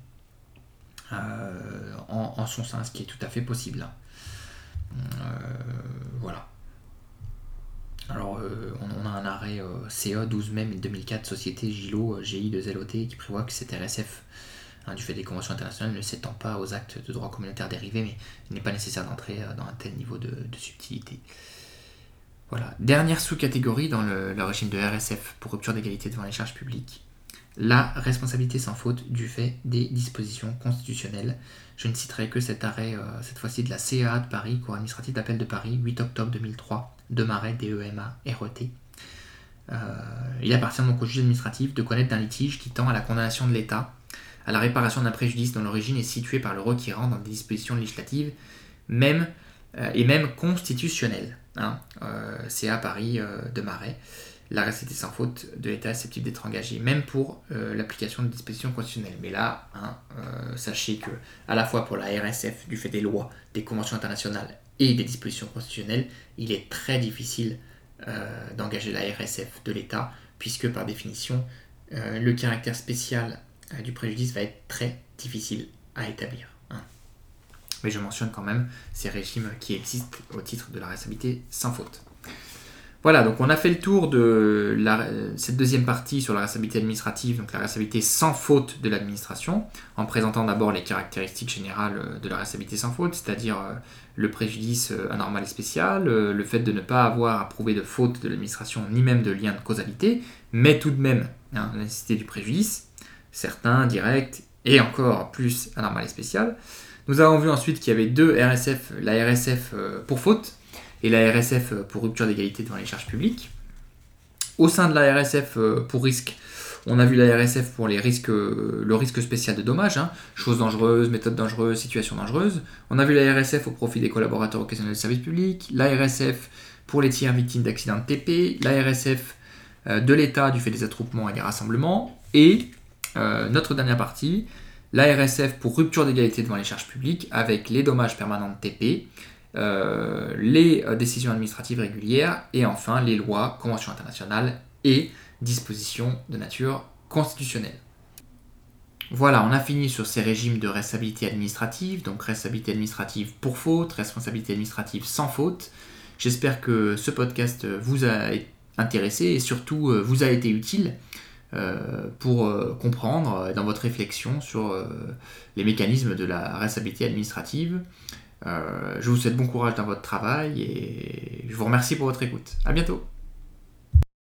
Speaker 1: euh, en, en son sein, ce qui est tout à fait possible. Hein. Euh, voilà. Alors, euh, on, on a un arrêt euh, C E douze mai deux mille quatre, Société Gillot G I deux L O T, qui prévoit que cette R S F, hein, du fait des conventions internationales, ne s'étend pas aux actes de droit communautaire dérivés, mais il n'est pas nécessaire d'entrer euh, dans un tel niveau de, de subtilité. Voilà. Dernière sous-catégorie dans le, le régime de R S F pour rupture d'égalité devant les charges publiques, la responsabilité sans faute du fait des dispositions constitutionnelles. Je ne citerai que cet arrêt, euh, cette fois-ci de la C E A de Paris, Cour administrative d'appel de Paris, huit octobre deux mille trois, de Marais, D E M A, R E T. Euh, il appartient donc au juge administratif de connaître d'un litige qui tend à la condamnation de l'État, à la réparation d'un préjudice dont l'origine est située par le requérant dans des dispositions législatives, même, euh, et même constitutionnelles. Hein, euh, C A Paris euh, de Marais. La responsabilité sans faute de l'État est susceptible d'être engagée, même pour euh, l'application de dispositions constitutionnelles. Mais là, hein, euh, sachez que, à la fois pour la R S F, du fait des lois, des conventions internationales et des dispositions constitutionnelles, il est très difficile euh, d'engager la R S F de l'État, puisque par définition, euh, le caractère spécial euh, du préjudice va être très difficile à établir. Hein. Mais je mentionne quand même ces régimes qui existent au titre de la responsabilité sans faute. Voilà, donc on a fait le tour de la, cette deuxième partie sur la responsabilité administrative, donc la responsabilité sans faute de l'administration, en présentant d'abord les caractéristiques générales de la responsabilité sans faute, c'est-à-dire le préjudice anormal et spécial, le fait de ne pas avoir à prouver de faute de l'administration, ni même de lien de causalité, mais tout de même hein, la nécessité du préjudice, certain, direct, et encore plus anormal et spécial. Nous avons vu ensuite qu'il y avait deux R S F, la R S F pour faute, et la R S F pour rupture d'égalité devant les charges publiques. Au sein de la R S F pour risque, on a vu la R S F pour les risques, le risque spécial de dommages, hein, choses dangereuses, méthodes dangereuses, situations dangereuses. On a vu la R S F au profit des collaborateurs occasionnels de service public, la R S F pour les tiers victimes d'accidents de T P, la R S F de l'État du fait des attroupements et des rassemblements, et euh, notre dernière partie, la R S F pour rupture d'égalité devant les charges publiques avec les dommages permanents de T P, Euh, les euh, décisions administratives régulières et enfin les lois, conventions internationales et dispositions de nature constitutionnelle. Voilà, on a fini sur ces régimes de responsabilité administrative, donc responsabilité administrative pour faute, responsabilité administrative sans faute. J'espère que ce podcast vous a intéressé et surtout vous a été utile euh, pour euh, comprendre dans votre réflexion sur euh, les mécanismes de la responsabilité administrative. Euh, je vous souhaite bon courage dans votre travail et je vous remercie pour votre écoute. À bientôt.